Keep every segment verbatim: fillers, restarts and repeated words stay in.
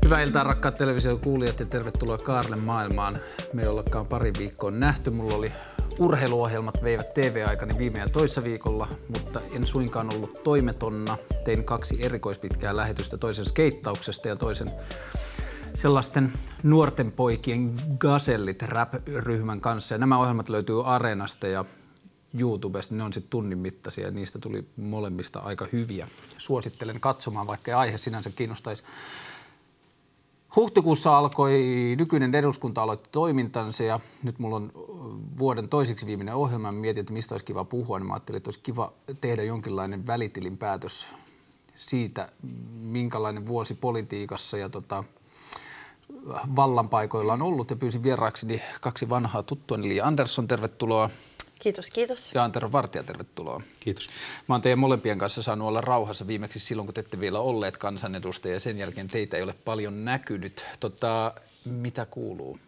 Hyvää iltaa rakkaat television kuulijat ja tervetuloa Kaarlen maailmaan. Me ei ollakaan pari viikkoa nähty. Mulla oli urheiluohjelmat veivät T V-aikani viime ja toissa viikolla, mutta en suinkaan ollut toimetonna. Tein kaksi erikoispitkää lähetystä, toisen skeittauksesta ja toisen sellaisten nuorten poikien gazellit rap-ryhmän kanssa. Ja nämä ohjelmat löytyy Areenasta ja YouTubesta, ne on sitten tunnin mittaisia ja niistä tuli molemmista aika hyviä. Suosittelen katsomaan, vaikka ei aihe sinänsä kiinnostaisi. Huhtikuussa alkoi nykyinen eduskunta aloitti toimintansa ja nyt mulla on vuoden toiseksi viimeinen ohjelma. Mä mietin, että mistä olisi kiva puhua, niin mä ajattelin, että olisi kiva tehdä jonkinlainen välitilinpäätös siitä, minkälainen vuosi politiikassa ja tota, vallanpaikoilla on ollut. Ja pyysin vieraakseni kaksi vanhaa tuttua, eli Andersson, tervetuloa. Kiitos, kiitos. Ja Antero Vartija, tervetuloa. Kiitos. Mä oon teidän molempien kanssa saanut olla rauhassa viimeksi silloin, kun te ette vielä olleet kansanedustajia ja sen jälkeen teitä ei ole paljon näkynyt. Tota, mitä kuuluu?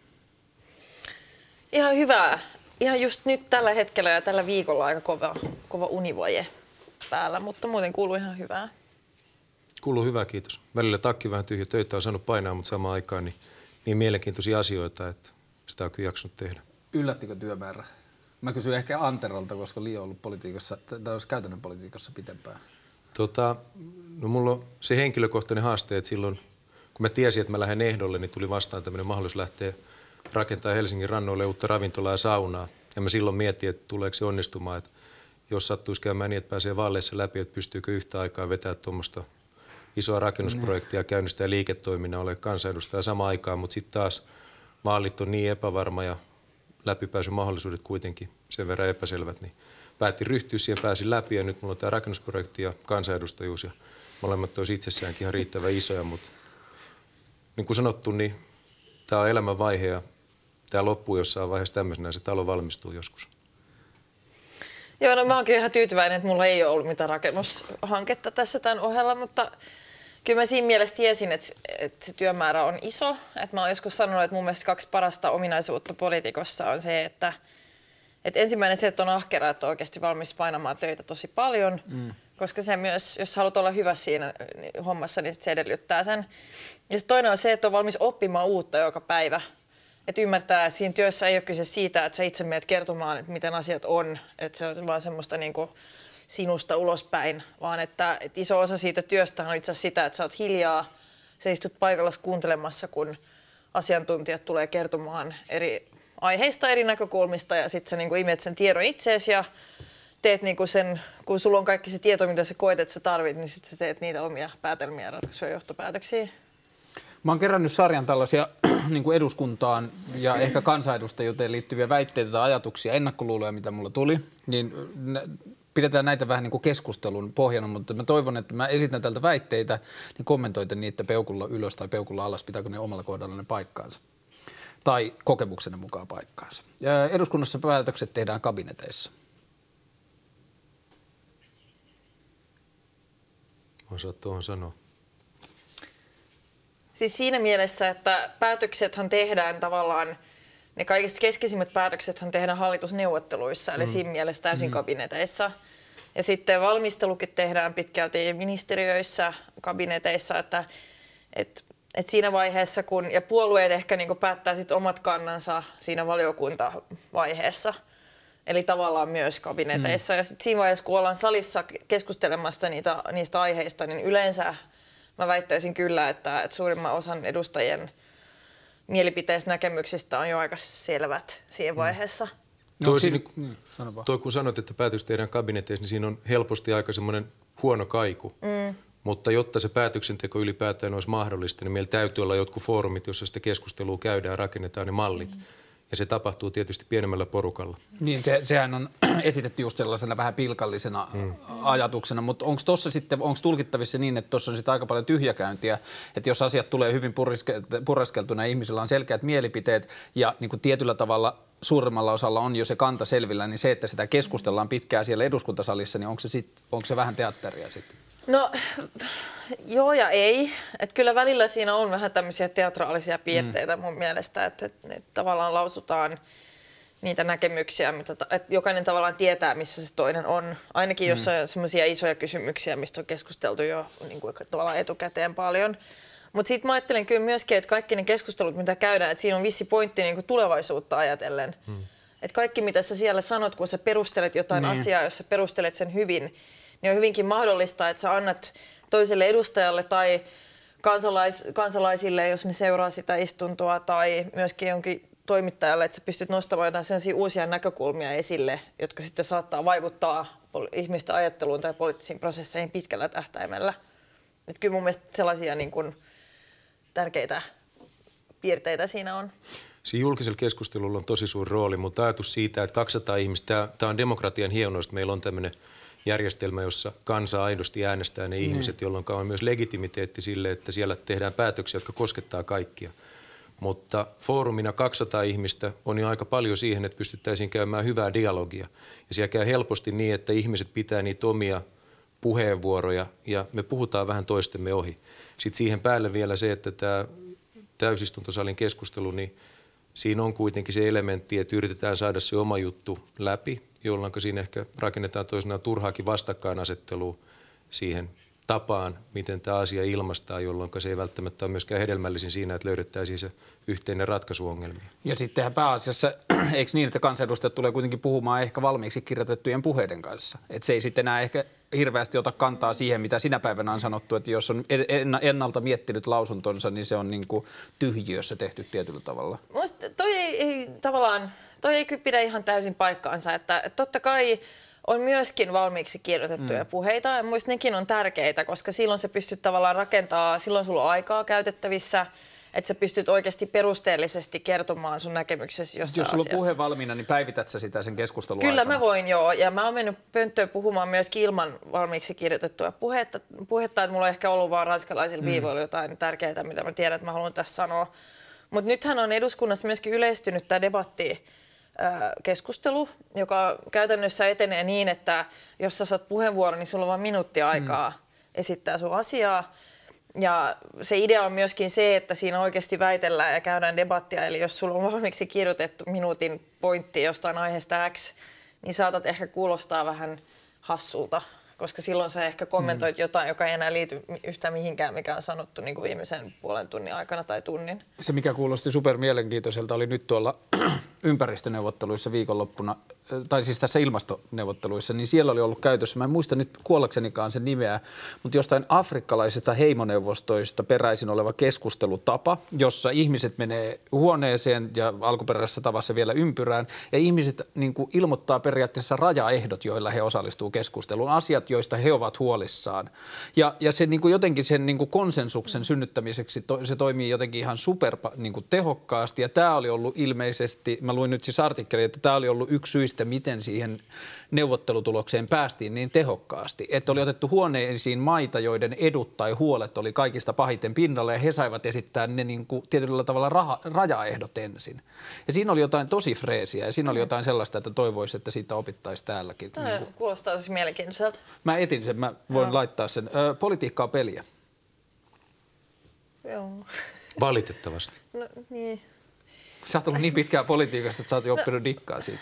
Ihan hyvää. Ihan just nyt tällä hetkellä ja tällä viikolla aika kova, kova univoje päällä, mutta muuten kuuluu ihan hyvää. Kuuluu hyvää, kiitos. Välillä takki vähän tyhjä, töitä on saanut painaa, mutta samaan aikaan niin, niin mielenkiintoisia asioita, että sitä on kyllä jaksanut tehdä. Yllättikö työmäärä? Mä kysyn ehkä Anterolta, koska Li on ollut politiikassa, tai olisi käytännön politiikassa pitempään. Tota, no mulla on se henkilökohtainen haaste, että silloin kun mä tiesin, että mä lähden ehdolle, niin tuli vastaan tämmöinen mahdollisuus lähteä rakentamaan Helsingin rannoille uutta ravintolaa ja saunaa. Ja mä silloin mietin, että tuleeko se onnistumaan, että jos sattuisi käymään niin, että pääsee vaaleissa läpi, että pystyykö yhtä aikaa vetää tuommoista isoa rakennusprojektia, käynnistää liiketoiminnan, ole kansanedustaja samaan aikaan, mutta sitten taas vaalit on niin epävarma ja läpipääsymahdollisuudet kuitenkin sen verran epäselvät, niin päätin ryhtyä siihen, pääsin läpi ja nyt mulla on tämä rakennusprojekti ja kansanedustajuus ja molemmat olisi itsessäänkin ihan riittävän isoja, mutta niin kuin sanottu, niin tämä on elämänvaihe ja tämä loppuu jossain vaiheessa tämmöisenä, se talo valmistuu joskus. Joo, no mä oonkin ihan tyytyväinen, että mulla ei ole ollut mitään rakennushanketta tässä tämän ohella, mutta kyllä mä siinä mielessä tiesin, että, että se työmäärä on iso. Että mä oon joskus sanonut, että mun mielestä kaksi parasta ominaisuutta poliitikossa on se, että, että ensimmäinen se, että on ahkera, että on oikeasti valmis painamaan töitä tosi paljon, mm. koska se myös, jos haluat olla hyvä siinä hommassa, niin se edellyttää sen. Ja toinen on se, että on valmis oppimaan uutta joka päivä. Että ymmärtää, että siinä työssä ei ole kyse siitä, että sä itse menet kertomaan, että miten asiat on, että se on vaan semmoista niin kuin sinusta ulospäin, vaan että, että iso osa siitä työstä on itse asiassa sitä, että sä oot hiljaa, sä istut paikalla kuuntelemassa, kun asiantuntijat tulee kertomaan eri aiheista, eri näkökulmista ja sitten sä niin kuin imet sen tiedon itseesi ja teet niin kuin sen, kun sulla on kaikki se tieto, mitä sä koet, että sä tarvit, niin sitten sä teet niitä omia päätelmiä ja ratkaisuja ja johtopäätöksiä. Mä oon kerännyt sarjan tällaisia niin kuin eduskuntaan ja ehkä kansanedustajuuteen liittyviä väitteitä tai ajatuksia, ennakkoluuloja, mitä mulla tuli, niin pidetään näitä vähän niin kuin keskustelun pohjana, mutta mä toivon, että mä esitän tältä väitteitä, niin kommentoitte niitä peukulla ylös tai peukulla alas, pitääkö ne omalla kohdalla ne paikkaansa tai kokemuksenne mukaan paikkaansa. Ja eduskunnassa päätökset tehdään kabineteissa. Osaa tuohon sanoa. Siis siinä mielessä, että päätöksethän tehdään tavallaan, ne kaikista keskeisimmät päätöksethän tehdään hallitusneuvotteluissa, eli mm. siinä mielessä täysin mm. kabineteissa. Ja sitten valmistelukin tehdään pitkälti ministeriöissä, kabineteissa, että et, et siinä vaiheessa, kun, ja puolueet ehkä niinku päättää sit omat kannansa siinä valiokuntavaiheessa, eli tavallaan myös kabineteissa. Mm. Ja sitten siinä vaiheessa, kun ollaan salissa keskustelemassa niitä, niistä aiheista, niin yleensä mä väittäisin kyllä, että, että suurimman osan edustajien mielipiteistä näkemyksistä on jo aika selvät siinä vaiheessa. No, toi, siinä, niin, toi kun sanot, että päätös tehdään kabineteissa, niin siinä on helposti aika semmoinen huono kaiku. Mm. Mutta jotta se päätöksenteko ylipäätään olisi mahdollista, niin meillä täytyy olla jotkut foorumit, jossa sitä keskustelua käydään ja rakennetaan ne mallit. Mm. Ja se tapahtuu tietysti pienemmällä porukalla. Niin, se, sehän on esitetty just sellaisena vähän pilkallisena mm. ajatuksena, mutta onko tuossa sitten, onko tulkittavissa niin, että tuossa on sitten aika paljon tyhjäkäyntiä, että jos asiat tulee hyvin pureskeltuna ja ihmisillä on selkeät mielipiteet ja niin kuin tietyllä tavalla suurimmalla osalla on jo se kanta selvillä, niin se, että sitä keskustellaan pitkään siellä eduskuntasalissa, niin onko se, sit, onko se vähän teatteria sitten? No joo ja ei. Et kyllä välillä siinä on vähän tämmöisiä teatraalisia piirteitä mm. mun mielestä, että, että, että tavallaan lausutaan niitä näkemyksiä, mitä ta- että jokainen tavallaan tietää, missä se toinen on. Ainakin mm. jos on semmoisia isoja kysymyksiä, mistä on keskusteltu jo niin kuin tavallaan etukäteen paljon. Mutta sitten mä ajattelen kyllä myöskin, että kaikki ne keskustelut, mitä käydään, että siinä on vissi pointti niin kuin tulevaisuutta ajatellen. Hmm. Että kaikki, mitä sä siellä sanot, kun sä perustelet jotain niin. asiaa, jos sä perustelet sen hyvin, niin on hyvinkin mahdollista, että sä annat toiselle edustajalle tai kansalais, kansalaisille, jos ne seuraa sitä istuntoa, tai myöskin jonkin toimittajalle, että sä pystyt nostamaan jotain sellaisia uusia näkökulmia esille, jotka sitten saattaa vaikuttaa ihmisten ajatteluun tai poliittisiin prosesseihin pitkällä tähtäimellä. Että kyllä mun mielestä sellaisia niin kuin tärkeitä piirteitä siinä on. Siinä julkisella keskustelulla on tosi suuri rooli, mutta ajatus siitä, että kaksisataa ihmistä, tämä on demokratian hienous, meillä on tämmöinen järjestelmä, jossa kansa aidosti äänestää ne mm. ihmiset, jolloin on myös legitimiteetti sille, että siellä tehdään päätöksiä, jotka koskettaa kaikkia. Mutta foorumina kaksisataa ihmistä on jo aika paljon siihen, että pystyttäisiin käymään hyvää dialogia. Ja siellä käy helposti niin, että ihmiset pitää niitä omia puheenvuoroja ja me puhutaan vähän toistemme ohi. Sitten siihen päälle vielä se, että tämä täysistuntosalin keskustelu, niin siinä on kuitenkin se elementti, että yritetään saada se oma juttu läpi, jolloin siinä ehkä rakennetaan toisenaan turhaakin vastakkainasettelua siihen tapaan, miten tämä asia ilmaistaan, jolloin se ei välttämättä ole myöskään hedelmällisin siinä, että löydettäisiin se yhteinen ratkaisu ongelmiin. Ja sittenhän pääasiassa, eikö niin, että kansanedustajat tulee kuitenkin puhumaan ehkä valmiiksi kirjoitettujen puheiden kanssa? Että se ei sitten enää ehkä hirveästi ota kantaa siihen, mitä sinä päivänä on sanottu, että jos on ennalta miettinyt lausuntonsa, niin se on niin kuin tyhjiössä tehty tietyllä tavalla. Mielestäni toi ei, ei tavallaan, toi ei kyllä pidä ihan täysin paikkaansa, että, että totta kai on myöskin valmiiksi kirjoitettuja mm. puheita, ja mielestäni nekin on tärkeitä, koska silloin sä pystyt tavallaan rakentamaan, silloin sulla on aikaa käytettävissä, että sä pystyt oikeasti perusteellisesti kertomaan sun näkemyksesi jossain Jos sulla asiassa. on puhe valmiina, niin päivität sä sitä sen keskustelun Kyllä aikana? mä voin, joo. Ja mä oon mennyt pönttöön puhumaan myöskin ilman valmiiksi kirjoitettua puhetta, puhetta että mulla on ehkä ollut vaan ranskalaisilla mm. viivoilla jotain tärkeää, mitä mä tiedän, että mä haluan tässä sanoa. Mutta nythän on eduskunnassa myöskin yleistynyt tämä debatti, keskustelu, joka käytännössä etenee niin, että jos sä saat puheenvuoron, niin sulla on vain minuutti aikaa mm. esittää sun asiaa. Ja se idea on myöskin se, että siinä oikeasti väitellään ja käydään debattia. Eli jos sulla on valmiiksi kirjoitettu minuutin pointti jostain aiheesta X, niin saatat ehkä kuulostaa vähän hassulta, koska silloin sä ehkä kommentoit mm. jotain, joka ei enää liity yhtään mihinkään, mikä on sanottu niin kuin viimeisen puolen tunnin aikana tai tunnin. Se, mikä kuulosti super mielenkiintoiselta, oli nyt tuolla ympäristöneuvotteluissa viikonloppuna, tai siis tässä ilmastoneuvotteluissa, niin siellä oli ollut käytössä, mä en muista nyt kuollaksenikaan sen nimeä, mutta jostain afrikkalaisista heimoneuvostoista peräisin oleva keskustelutapa, jossa ihmiset menee huoneeseen ja alkuperäisessä tavassa vielä ympyrään, ja ihmiset niin kuin ilmoittaa periaatteessa rajaehdot, joilla he osallistuu keskusteluun, asiat, joista he ovat huolissaan. Ja, ja se niin kuin jotenkin sen niin kuin konsensuksen synnyttämiseksi to, se toimii jotenkin ihan super niin kuin tehokkaasti, ja tämä oli ollut ilmeisesti, mä luin nyt siis artikkeli, että tämä oli ollut yksi syistä, miten siihen neuvottelutulokseen päästiin niin tehokkaasti, että oli otettu huoneisiin maita, joiden edut tai huolet oli kaikista pahiten pinnalla, ja he saivat esittää ne niin kuin tietyllä tavalla raha, rajaehdot ensin. Ja siinä oli jotain tosi freesiä, ja siinä oli jotain sellaista, että toivoisi, että siitä opittaisi täälläkin. Tämä niin kuin kuulostaa tosi mielenkiintoiselta. Mä etin sen, mä voin Joo. laittaa sen. Ö, politiikkaa peliä. Joo. Valitettavasti. No niin. Sä oot ollut niin pitkään politiikassa, että sä oot jo oppinut no. dikkaa siitä.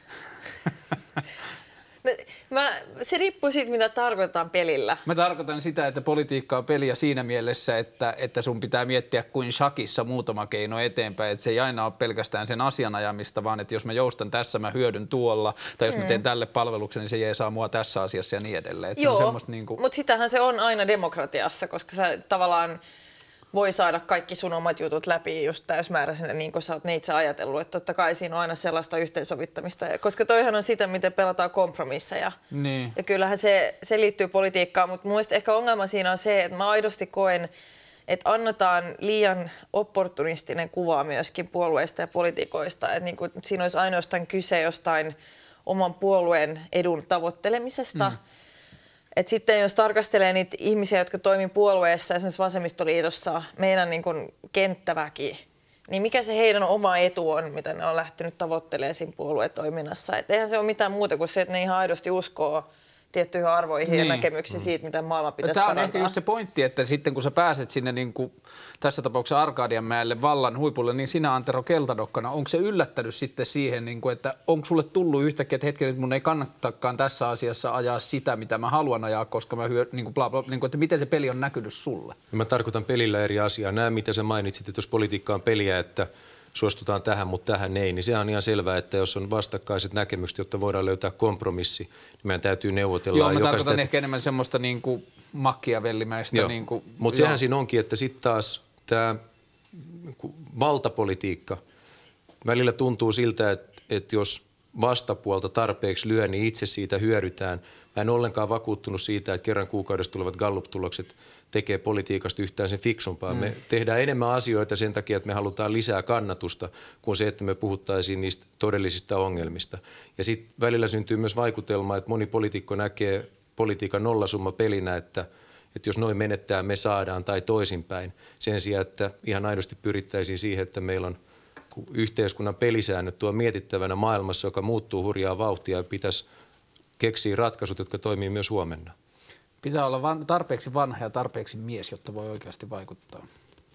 No, mä, se riippuu siitä, mitä tarkoitetaan pelillä. Mä tarkoitan sitä, että politiikka on peliä siinä mielessä, että, että sun pitää miettiä kuin shakissa muutama keino eteenpäin. Että se ei aina ole pelkästään sen asian ajamista, vaan että jos mä joustan tässä, mä hyödyn tuolla. Tai jos mm. mä teen tälle palveluksen, niin se jee saa mua tässä asiassa ja niin edelleen. Että Joo, niin kuin... mutta sitähän se on aina demokratiassa, koska sä tavallaan voi saada kaikki sun omat jutut läpi just täysmääräisenä, niin kuin sä oot itse ajatellut. Että totta kai siinä on aina sellaista yhteensovittamista, koska toihan on sitä, miten pelataan kompromisseja. Niin. Ja kyllähän se, se liittyy politiikkaan, mutta mun mielestä ehkä ongelma siinä on se, että mä aidosti koen, että annetaan liian opportunistinen kuva myöskin puolueista ja politiikoista. Että niin kuin, siinä olisi ainoastaan kyse jostain oman puolueen edun tavoittelemisesta. Mm. Et sitten jos tarkastelee niitä ihmisiä, jotka toimii puolueessa, esimerkiksi vasemmistoliitossa, meidän niin kuin kenttäväki, niin mikä se heidän oma etu on, mitä ne on lähtenyt tavoittelemaan siinä puoluetoiminnassa. Et eihän se ole mitään muuta kuin se, että ne ihan aidosti uskoo tiettyihin arvoihin niin. ja näkemyksiin mm. siitä, miten maailma pitäisi Tämä on parantaa. ehkä just se pointti, että sitten kun sä pääset sinne niin kuin tässä tapauksessa Arkadianmäelle vallan huipulle, niin sinä Antero Keltadokkana, onko se yllättänyt sitten siihen, niin kuin, että onko sulle tullut yhtäkkiä, että hetken, että mun ei kannattakaan tässä asiassa ajaa sitä, mitä mä haluan ajaa, koska mä hyö, niin kuin bla, bla, niin kuin, että miten se peli on näkynyt sulle? Ja mä tarkoitan pelillä eri asiaa. Nämä, mitä sä mainitsit, että jos politiikka on peliä, että suostutaan tähän, mutta tähän ei, niin se on ihan selvää, että jos on vastakkaiset näkemykset, jotta voidaan löytää kompromissi, niin meidän täytyy neuvotella. Joo, mä tarkoitan sitä... ehkä enemmän semmoista niin kuin machiavellimäistä. Niin mutta sehän siinä onkin, että sitten taas tämä valtapolitiikka välillä tuntuu siltä, että, että jos vastapuolta tarpeeksi lyö, niin itse siitä hyödytään. Mä en ollenkaan vakuuttunut siitä, että kerran kuukaudessa tulevat Gallup-tulokset tekee politiikasta yhtään sen fiksumpaa. Mm. Me tehdään enemmän asioita sen takia, että me halutaan lisää kannatusta, kuin se, että me puhuttaisiin niistä todellisista ongelmista. Ja sitten välillä syntyy myös vaikutelma, että moni poliitikko näkee politiikan nollasumma pelinä, että, että jos noin menettää, me saadaan tai toisinpäin. Sen sijaan, että ihan aidosti pyrittäisiin siihen, että meillä on yhteiskunnan pelisäännöt tuo mietittävänä maailmassa, joka muuttuu hurjaa vauhtia ja pitäisi keksiä ratkaisut, jotka toimii myös huomenna. Pitää olla van, tarpeeksi vanha ja tarpeeksi mies, jotta voi oikeasti vaikuttaa.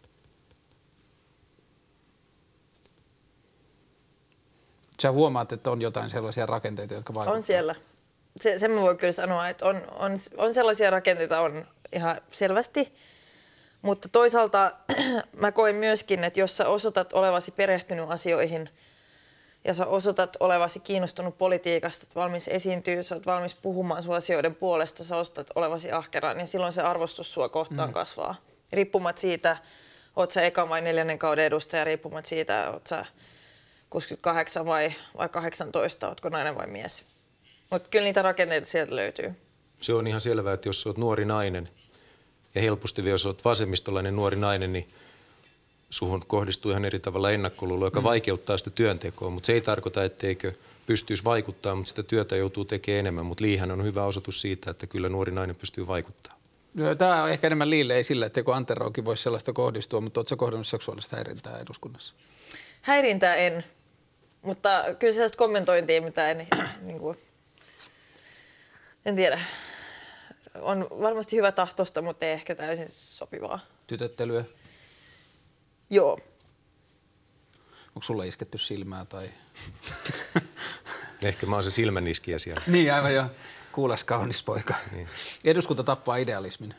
Sä huomaat, että on jotain sellaisia rakenteita, jotka vaikuttavat. On siellä. Se, sen mä voin kyllä sanoa, että on, on, on sellaisia rakenteita on ihan selvästi. Mutta toisaalta mä koen myöskin, että jos sä osoitat olevasi perehtynyt asioihin ja sä osoitat olevasi kiinnostunut politiikasta, että valmis esiintyä, sä oot valmis puhumaan sun asioiden puolesta, sä osoitat olevasi ahkera, niin silloin se arvostus sua kohtaan mm. kasvaa. Riippumatta siitä, oot sä ekan vai neljännen kauden edustaja, riippumatta siitä, oot sä kuusikymmentäkahdeksan vai, vai kahdeksantoista, ootko nainen vai mies. Mutta kyllä niitä rakenteita sieltä löytyy. Se on ihan selvää, että jos oot nuori nainen ja helposti vielä, jos olet vasemmistolainen nuori nainen, niin suhun kohdistuu ihan eri tavalla ennakkoluulo, joka mm. vaikeuttaa sitä työntekoa. Mutta se ei tarkoita, etteikö pystyisi vaikuttaa, mutta sitä työtä joutuu tekemään enemmän. Mutta Liihän on hyvä osoitus siitä, että kyllä nuori nainen pystyy vaikuttamaan. Tämä on ehkä enemmän Liille, ei sillä, etteikö Anteroonkin voisi sellaista kohdistua, mutta oletko kohdannut seksuaalista häirintää eduskunnassa? Häirintää en, mutta kyllä sellaista kommentointia, mitä en, niin kuin, en tiedä. On varmasti hyvä tahtosta, mutta ei ehkä täysin sopivaa. Tytöttelyä? Joo. Onko sulla isketty silmää tai? Ehkä mä oon se silmäniskiä siellä. Niin, aivan joo. Kuules kaunis poika. Niin. Eduskunta tappaa idealismin.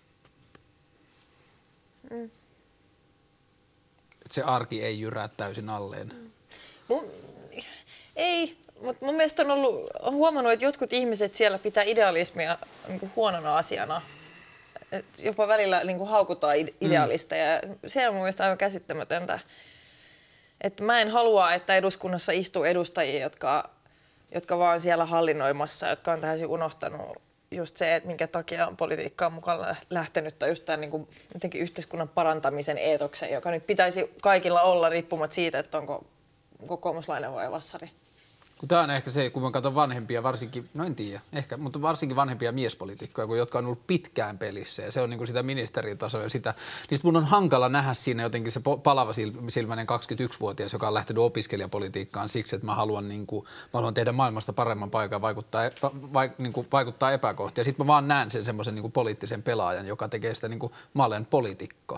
Mm. Et se arki ei jyrää täysin alleen. Mm. Mun, ei. Mutta mun mielestä on, ollut, on huomannut, että jotkut ihmiset siellä pitää idealismia niin kuin huonona asiana. Et jopa välillä niin kuin haukutaan idealista ja se on mun mielestä aivan käsittämätöntä. Et mä en halua, että eduskunnassa istuu edustajia, jotka, jotka vaan siellä hallinnoimassa, jotka on täysin unohtanut just se, että minkä takia on politiikkaan mukaan lähtenyt, tai just tämän niin kuin, jotenkin yhteiskunnan parantamisen eetoksen, joka nyt pitäisi kaikilla olla riippumatta siitä, että onko kokoomuslainen vai vassari. Tämä on ehkä se, kun mä katson vanhempia, varsinkin, no en tiedä, ehkä, mutta varsinkin vanhempia miespoliitikkoja, jotka on ollut pitkään pelissä ja se on niin kuin sitä ministeritasoa ja sitä, niin mun on hankala nähdä siinä jotenkin se palava silmäinen kaksikymmentäyksivuotias, joka on lähtenyt opiskelijapolitiikkaan siksi, että mä haluan, niin kuin, mä haluan tehdä maailmasta paremman paikan vaikuttaa, va, niin kuin, vaikuttaa epäkohtia. Sitten mä vaan näen sen semmoisen niin kuin poliittisen pelaajan, joka tekee sitä niin kuin, mä olen poliitikko.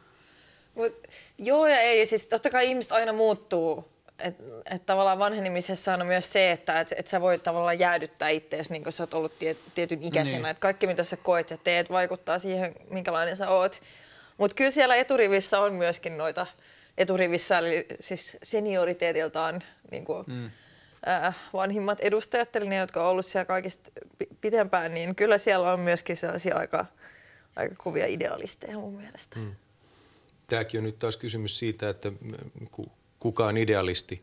Mut, joo ja ei, siis totta kai ihmiset aina muuttuu. Että et tavallaan vanhenemisessa on myös se, että et, et sä voit tavallaan jäädyttää itseäsi, niin kun sä oot ollut tiet, tietyn ikäisenä. Niin. Että kaikki, mitä sä koet ja teet, vaikuttaa siihen, minkälainen sä oot. Mutta kyllä siellä eturivissä on myöskin noita eturivissä, eli siis senioriteetiltaan niin kuin, mm. ää, vanhimmat edustajat, eli ne, jotka on ollut siellä kaikista pitempään, niin kyllä siellä on myöskin sellaisia aika, aika kovia idealisteja mun mielestä. Mm. Tämäkin on nyt taas kysymys siitä, että kuka on idealisti.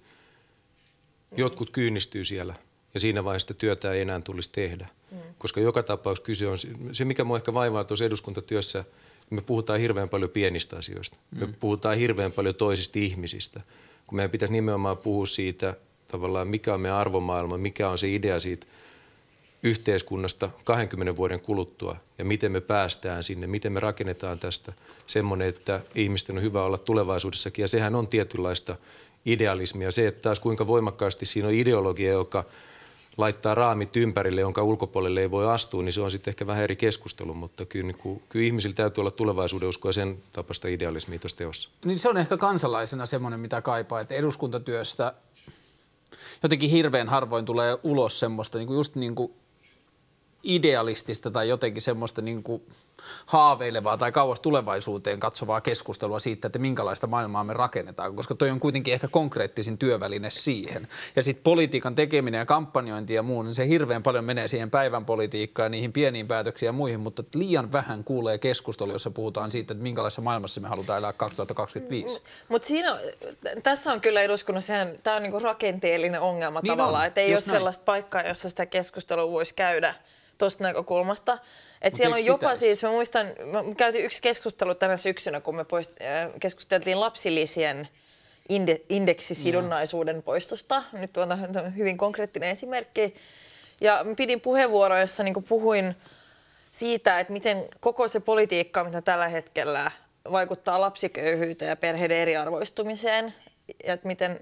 Jotkut kyynistyy siellä ja siinä vaiheessa työtä ei enää tulisi tehdä. Mm. Koska joka tapauksessa kyse on, se mikä minua ehkä vaivaa tuossa eduskuntatyössä, me puhutaan hirveän paljon pienistä asioista. Mm. Me puhutaan hirveän paljon toisista ihmisistä. Kun meidän pitäisi nimenomaan puhua siitä tavallaan, mikä on meidän arvomaailma, mikä on se idea siitä yhteiskunnasta kahdenkymmenen vuoden kuluttua ja miten me päästään sinne, miten me rakennetaan tästä semmoinen, että ihmisten on hyvä olla tulevaisuudessakin ja sehän on tietynlaista idealismia. Se, että taas kuinka voimakkaasti siinä on ideologia, joka laittaa raamit ympärille, jonka ulkopuolelle ei voi astua, niin se on sitten ehkä vähän eri keskustelu, mutta kyllä, niin kuin, kyllä ihmisillä täytyy olla tulevaisuuden uskoa ja sen tapaista idealismia tuossa teossa. Niin se on ehkä kansalaisena semmoinen, mitä kaipaa, että eduskuntatyöstä jotenkin hirveän harvoin tulee ulos semmoista niin kuin just niin kuin idealistista tai jotenkin semmoista niin kuin haaveilevaa tai kauas tulevaisuuteen katsovaa keskustelua siitä, että minkälaista maailmaa me rakennetaan, koska toi on kuitenkin ehkä konkreettisin työväline siihen. Ja sitten politiikan tekeminen ja kampanjointi ja muu, niin se hirveän paljon menee siihen päivän politiikkaan ja niihin pieniin päätöksiin ja muihin, mutta liian vähän kuulee keskustelua, jossa puhutaan siitä, että minkälaisessa maailmassa me halutaan elää kaksituhattakaksikymmentäviisi. Mutta siinä, tässä on kyllä eduskunnassa, tämä on niinku rakenteellinen ongelma niin tavallaan, että ei ole näin sellaista paikkaa, jossa sitä keskustelua voisi käydä tuosta näkökulmasta. Että siellä on jopa pitäisi? Siis, mä muistan, me käytiin yksi keskustelu tänä syksynä, kun me poist, äh, keskusteltiin lapsilisien inde, indeksisidonnaisuuden poistosta. Nyt on hyvin konkreettinen esimerkki. Ja mä pidin puheenvuoroa, jossa niin puhuin siitä, että miten koko se politiikka, mitä tällä hetkellä vaikuttaa lapsiköyhyyteen ja perheiden eriarvoistumiseen, ja että miten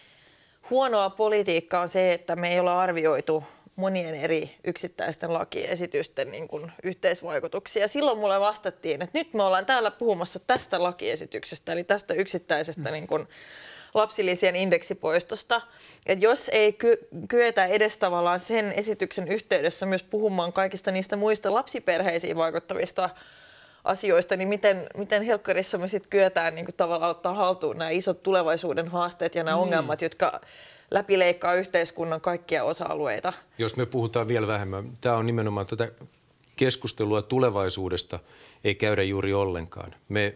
huonoa politiikkaa on se, että me ei ole arvioitu monien eri yksittäisten lakiesitysten niin kuin yhteisvaikutuksia. Silloin mulle vastattiin, että nyt me ollaan täällä puhumassa tästä lakiesityksestä, eli tästä yksittäisestä mm. niin kuin lapsilisien indeksipoistosta. Että jos ei ky- kyetä edes tavallaan sen esityksen yhteydessä myös puhumaan kaikista niistä muista lapsiperheisiin vaikuttavista asioista, niin miten, miten helkkarissa me sitten kyetään niin kuin tavallaan ottaa haltuun nämä isot tulevaisuuden haasteet ja nämä mm. ongelmat, jotka läpileikkaa yhteiskunnan kaikkia osa-alueita. Jos me puhutaan vielä vähemmän, tämä on nimenomaan tätä keskustelua tulevaisuudesta ei käydä juuri ollenkaan. Me,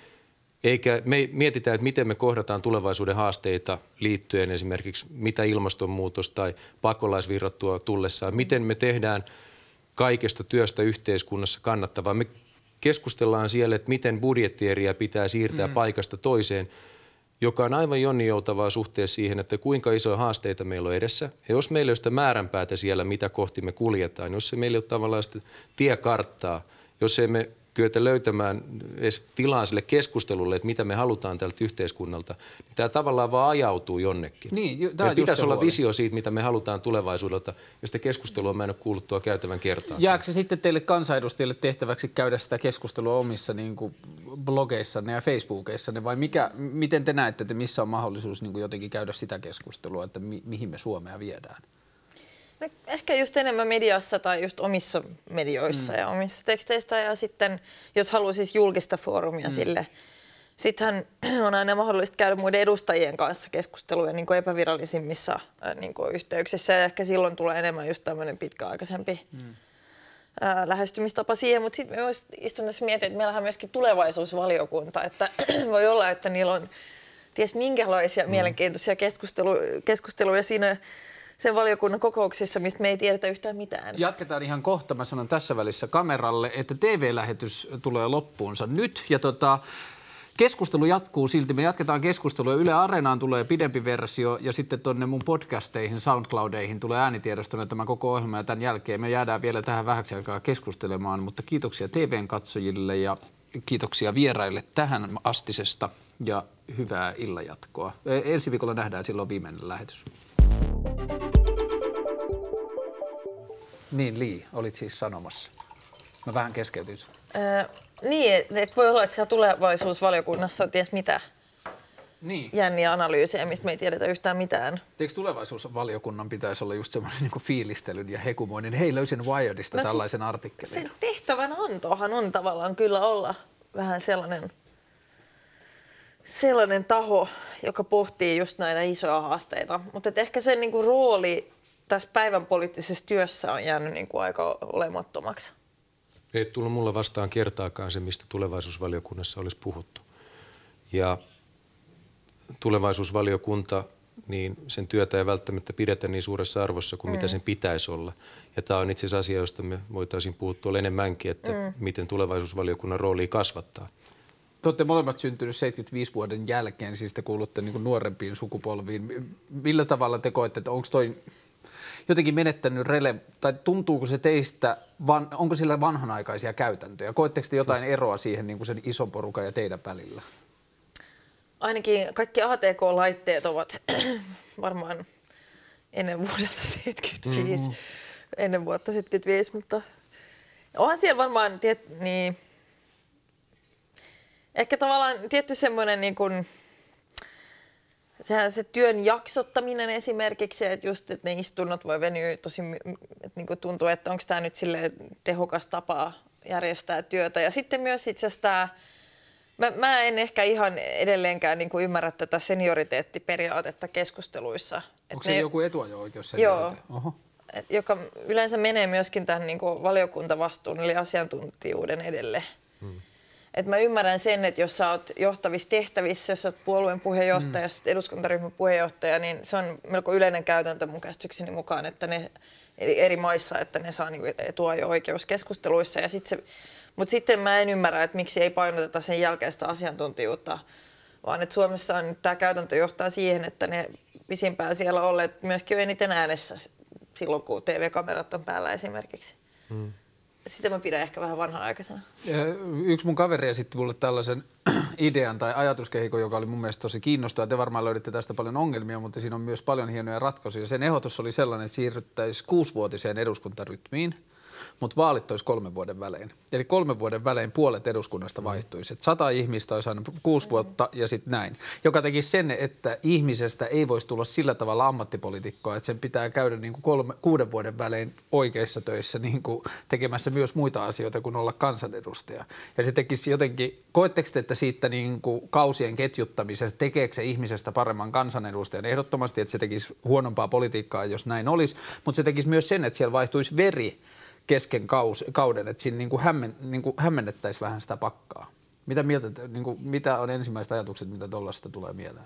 eikä, me mietitään, että miten me kohdataan tulevaisuuden haasteita liittyen esimerkiksi mitä ilmastonmuutos tai pakolaisvirrat tuo tullessaan. Miten me tehdään kaikesta työstä yhteiskunnassa kannattavaa. Me keskustellaan siellä, että miten budjettieriä pitää siirtää mm. paikasta toiseen, joka on aivan jonninjoutavaa suhteessa siihen, että kuinka isoja haasteita meillä on edessä. Ja jos meillä ei ole sitä määränpäätä siellä, mitä kohti me kuljetaan, niin jos se meillä ei ole tavallaan sitä tiekarttaa, jos ei me kyetä löytämään edes tilaa sille keskustelulle, että mitä me halutaan tältä yhteiskunnalta, niin tämä tavallaan vaan ajautuu jonnekin. Niin, pitäisi olla visio siitä, mitä me halutaan tulevaisuudelta, ja sitä keskustelua mä en ole kuullut tuo käytävän kertaan. Jääkö se sitten teille kansanedustajille tehtäväksi käydä sitä keskustelua omissa niin kuin blogeissanne ja Facebookeissanne, vai mikä, miten te näette, että missä on mahdollisuus niin kuin jotenkin käydä sitä keskustelua, että mi, mihin me Suomea viedään? No, ehkä just enemmän mediassa tai just omissa medioissa mm. ja omissa teksteissä. Ja sitten, jos haluaa siis julkista foorumia mm. sille, sittenhän on aina mahdollista käydä muiden edustajien kanssa keskusteluja niin kuin epävirallisimmissa niin kuin yhteyksissä. Ja ehkä silloin tulee enemmän just tämmöinen pitkäaikaisempi mm. ää, lähestymistapa siihen. Mutta sitten mä istun tässä mietin, että meillähän on myöskin tulevaisuusvaliokunta. Että voi olla, että niillä on ties minkälaisia mm. mielenkiintoisia keskustelu, keskusteluja siinä sen valiokunnan kokouksissa, mistä me ei tiedetä yhtään mitään. Jatketaan ihan kohta. Mä sanon tässä välissä kameralle, että T V-lähetys tulee loppuunsa nyt. Ja tota, keskustelu jatkuu silti. Me jatketaan keskustelua. Yle Areenaan tulee pidempi versio ja sitten tuonne mun podcasteihin, SoundCloudeihin tulee äänitiedostona tämä koko ohjelma. Ja tämän jälkeen me jäädään vielä tähän vähäksi aikaa keskustelemaan. Mutta kiitoksia T V:n katsojille ja kiitoksia vieraille tähän astisesta ja hyvää illanjatkoa. Ensi viikolla nähdään silloin viimeinen lähetys. Niin, Li, olit siis sanomassa. Mä vähän keskeytyin. Öö, niin, että et voi olla, että siellä tulevaisuusvaliokunnassa on ties mitä niin. jänniä analyysiä, mistä me ei tiedetä yhtään mitään. Eikö tulevaisuusvaliokunnan pitäisi olla just semmoinen niin kuin fiilistelyn ja hekumoinen? Hei, löysin Wiredista no tällaisen siis artikkelin. Sen tehtävänantohan on tavallaan kyllä olla vähän sellainen, sellainen taho, joka pohtii just näitä isoja haasteita. Mutta ehkä sen niin kuin rooli tässä päivän poliittisessa työssä on jäänyt niin kuin aika olemattomaksi. Ei tullut mulle vastaan kertaakaan se, mistä tulevaisuusvaliokunnassa olisi puhuttu. Ja tulevaisuusvaliokunta, niin sen työtä ei välttämättä pidetä niin suuressa arvossa kuin mm. mitä sen pitäisi olla. Ja tämä on itse asiassa asia, josta me voitaisiin puhua tuolla enemmänkin, että mm. miten tulevaisuusvaliokunnan roolia kasvattaa. Te olette molemmat syntyneet seitsemänkymmentäviisi vuoden jälkeen, siis te kuulutte niin kuin nuorempiin sukupolviin. Millä tavalla te koette, että onko toi jotenkin menettänyt rele, tai tuntuuko se teistä, van, onko sillä vanhanaikaisia käytäntöjä? Koetteko te jotain eroa siihen niin kuin sen ison porukan ja teidän välillä? Ainakin kaikki A T K-laitteet ovat varmaan ennen vuodelta seitsemänkymmentäviisi, mm-hmm. ennen vuotta seitsemänkymmentäviisi, mutta onhan siellä varmaan tiet, niin, ehkä tavallaan tietty semmoinen niin kuin, sehän se työn jaksottaminen esimerkiksi, että just, että ne istunnot voi venyä tosi, että niin kuin tuntuu, että onko tämä nyt silleen tehokas tapa järjestää työtä. Ja sitten myös itse asiassa tämä, mä, mä en ehkä ihan edelleenkään niin kuin ymmärrä tätä senioriteettiperiaatetta keskusteluissa. Onko se ne, joku etuajo-oikeus? Joo, Oho. Et, joka yleensä menee myöskin tähän niin kuin valiokuntavastuun eli asiantuntijuuden edelle. Hmm. Et mä ymmärrän sen, että jos sä oot johtavissa tehtävissä, jos sä oot puolueen puheenjohtaja, mm. eduskuntaryhmän puheenjohtaja, niin se on melko yleinen käytäntö mun käsitykseni mukaan, että ne eri maissa, että ne saa niinku etuajo-oikeus keskusteluissa. Ja sit se, mutta sitten mä en ymmärrä, että miksi ei painoteta sen jälkeistä asiantuntijuutta, vaan että Suomessa on tämä käytäntö johtaa siihen, että ne pisimpään siellä olleet myöskin on eniten äänessä silloin, kun T V-kamerat on päällä esimerkiksi. Mm. Sitä mä pidän ehkä vähän vanhanaikaisena. Yksi mun kaveri esitti mulle tällaisen idean tai ajatuskehikon, joka oli mun mielestä tosi kiinnostava. Te varmaan löydätte tästä paljon ongelmia, mutta siinä on myös paljon hienoja ratkaisuja. Sen ehdotus oli sellainen, että siirryttäisiin kuusivuotiseen eduskuntarytmiin, mutta vaalit olisi kolmen vuoden välein. Eli kolmen vuoden välein puolet eduskunnasta vaihtuisi. Että sata ihmistä olisi aina kuusi vuotta ja sitten näin. Joka tekisi sen, että ihmisestä ei voisi tulla sillä tavalla ammattipoliitikkoa, että sen pitää käydä niin kuin kolme, kuuden vuoden välein oikeissa töissä niin kuin tekemässä myös muita asioita kuin olla kansanedustaja. Ja se tekisi jotenkin, koetteko te, että siitä niin kuin kausien ketjuttamisesta, tekeekö se ihmisestä paremman kansanedustajan? Ehdottomasti, että se tekisi huonompaa politiikkaa, jos näin olisi, mutta se tekisi myös sen, että siellä vaihtuisi veri kesken kaus, kauden, että siinä niin kuin hämmen, niin kuin hämmennettäisiin vähän sitä pakkaa. Mitä, mieltä, niin kuin, mitä on ensimmäiset ajatukset, mitä tuollaista tulee mieleen?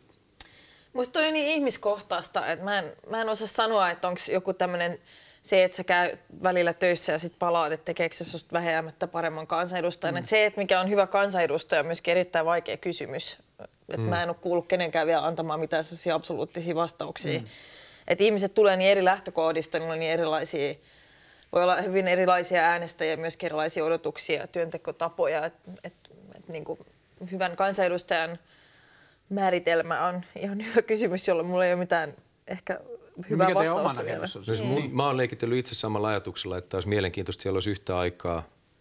Musta toi on niin ihmiskohtaista, että mä en, mä en osaa sanoa, että onko joku tämmöinen se, että sä käy välillä töissä ja sitten palaat, että tekeekö se susta vähäämättä paremman kansanedustajan. Mm. Että se, että mikä on hyvä kansanedustaja, on myöskin erittäin vaikea kysymys. Että mm. mä en ole kuullut kenenkään vielä antamaan mitään sellaisia absoluuttisia vastauksia. Mm. Että ihmiset tulee niin eri lähtökohdista, niillä on niin erilaisia. Voi olla hyvin erilaisia äänestäjiä ja myös erilaisia odotuksia ja työntekotapoja. Et, et, et niin kuin hyvän kansanedustajan määritelmä on ihan hyvä kysymys, jolle mulla ei ole mitään ehkä hyvää Mikä vastausta vielä. No, niin. Mä oon leikitellyt itse samalla ajatuksella, että olisi mielenkiintoista, siellä olisi yhtä aikaa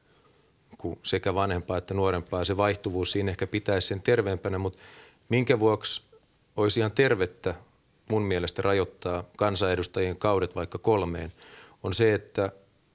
kuin sekä vanhempaa että nuorempaa. Se vaihtuvuus siinä ehkä pitäisi sen terveempänä, mutta minkä vuoksi olisi ihan tervettä mun mielestä rajoittaa kansanedustajien kaudet vaikka kolmeen, on se, että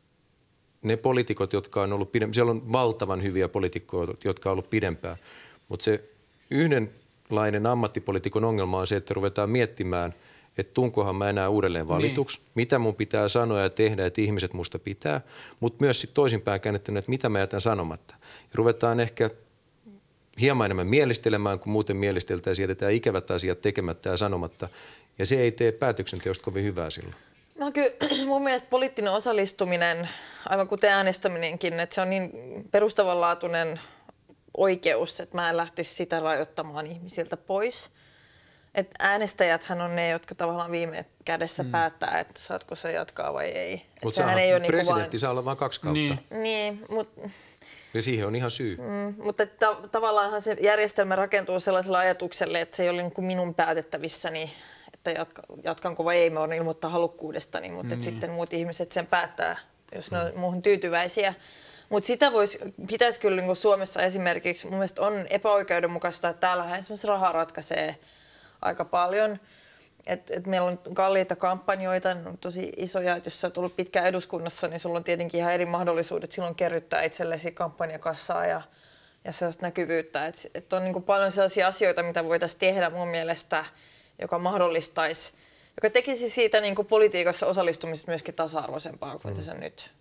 ne poliitikot, jotka on ollut pidempään, siellä on valtavan hyviä poliitikkoja, jotka on ollut pidempään, mutta se yhdenlainen ammattipoliitikon ongelma on se, että ruvetaan miettimään, että tunkohan mä enää uudelleen valituksi, niin. Mitä mun pitää sanoa ja tehdä, että ihmiset musta pitää, mutta myös sitten toisinpäin käännettynä, että mitä mä jätän sanomatta. Ja ruvetaan ehkä hieman enemmän mielistelemään, kun muuten mielisteltäisiin, jätetään ikävät asiat tekemättä ja sanomatta, ja se ei tee päätöksenteosta kovin hyvää silloin. No kyllä mun mielestä poliittinen osallistuminen, aivan kuten äänestäminenkin, että se on niin perustavanlaatuinen oikeus, että mä en lähtisi sitä rajoittamaan ihmisiltä pois. Että äänestäjäthän on ne, jotka tavallaan viime kädessä mm. päättää, että saatko se jatkaa vai ei. Mutta presidentti niin vain saa olla vain kaksi kautta. Niin, niin mutta... Ja siihen on ihan syy. Mm, mutta ta- tavallaanhan se järjestelmä rakentuu sellaisella ajatukselle, että se ei ole niin kuin minun päätettävissäni, että jatka, jatkanko vai ei, mä voin ilmoittaa halukkuudestani, mutta mm. sitten muut ihmiset sen päättää, jos ne on mm. muuhun tyytyväisiä. Mutta sitä vois, pitäisi kyllä niin Suomessa esimerkiksi, mun mielestä on epäoikeudenmukaista, että täällähän esimerkiksi raha ratkaisee aika paljon. Et, et meillä on kalliita kampanjoita, tosi isoja, että jos sä oot ollut pitkään eduskunnassa, niin sulla on tietenkin ihan eri mahdollisuudet silloin kerryttää itsellesi kampanjakassaa ja, ja sellaista näkyvyyttä. Et, et on niin kuin paljon sellaisia asioita, mitä voitaisiin tehdä mun mielestä, joka mahdollistaisi, joka tekisi siitä niin kuin politiikassa osallistumisesta myöskin tasa-arvoisempaa kuin mm. se nyt.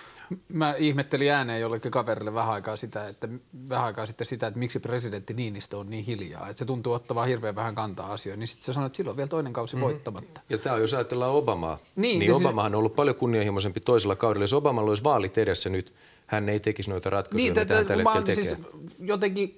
Mä ihmettelin ääneen jollekin kaverille vähän aikaa, sitä, että, vähän aikaa sitten sitä, että miksi presidentti Niinistö on niin hiljaa. Että se tuntuu ottavan hirveän vähän kantaa asioihin. Niin sitten se sanoi, että silloin on vielä toinen kausi mm. voittamatta. Ja tämä on, jos ajatellaan Obamaa, niin, niin Obamahan on ollut paljon kunnianhimoisempi toisella kaudella. Jos Obamalla olisi vaalit edessä nyt, hän ei tekisi noita ratkaisuja, niin, mitä hän tällä hetkellä tekee. Siis jotenkin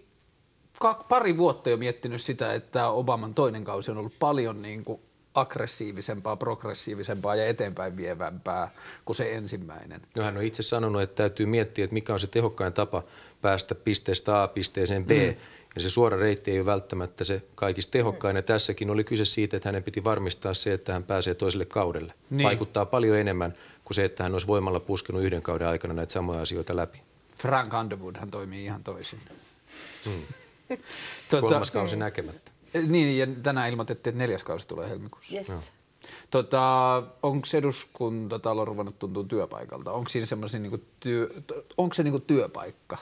pari vuotta jo miettinyt sitä, että Obaman toinen kausi on ollut paljon niin kuin aggressiivisempaa, progressiivisempaa ja eteenpäin vievämpää kuin se ensimmäinen. No, hän on itse sanonut, että täytyy miettiä, että mikä on se tehokkain tapa päästä pisteestä A pisteeseen B. Mm. Ja se suora reitti ei ole välttämättä se kaikista tehokkain. Ja tässäkin oli kyse siitä, että hänen piti varmistaa se, että hän pääsee toiselle kaudelle. Niin. Vaikuttaa paljon enemmän kuin se, että hän olisi voimalla puskenut yhden kauden aikana näitä samoja asioita läpi. Frank Underwood hän toimii ihan toisin. Hmm. tuota, Kolmas kausi näkemättä. Niin, ja tänään ilmoitettiin, että neljäs kausi tulee helmikuussa. Yes. No. Tota, onko eduskuntatalo ruvennut tuntua työpaikalta? Onko siinä semmoisia niinku työ, onko se niinku työpaikka?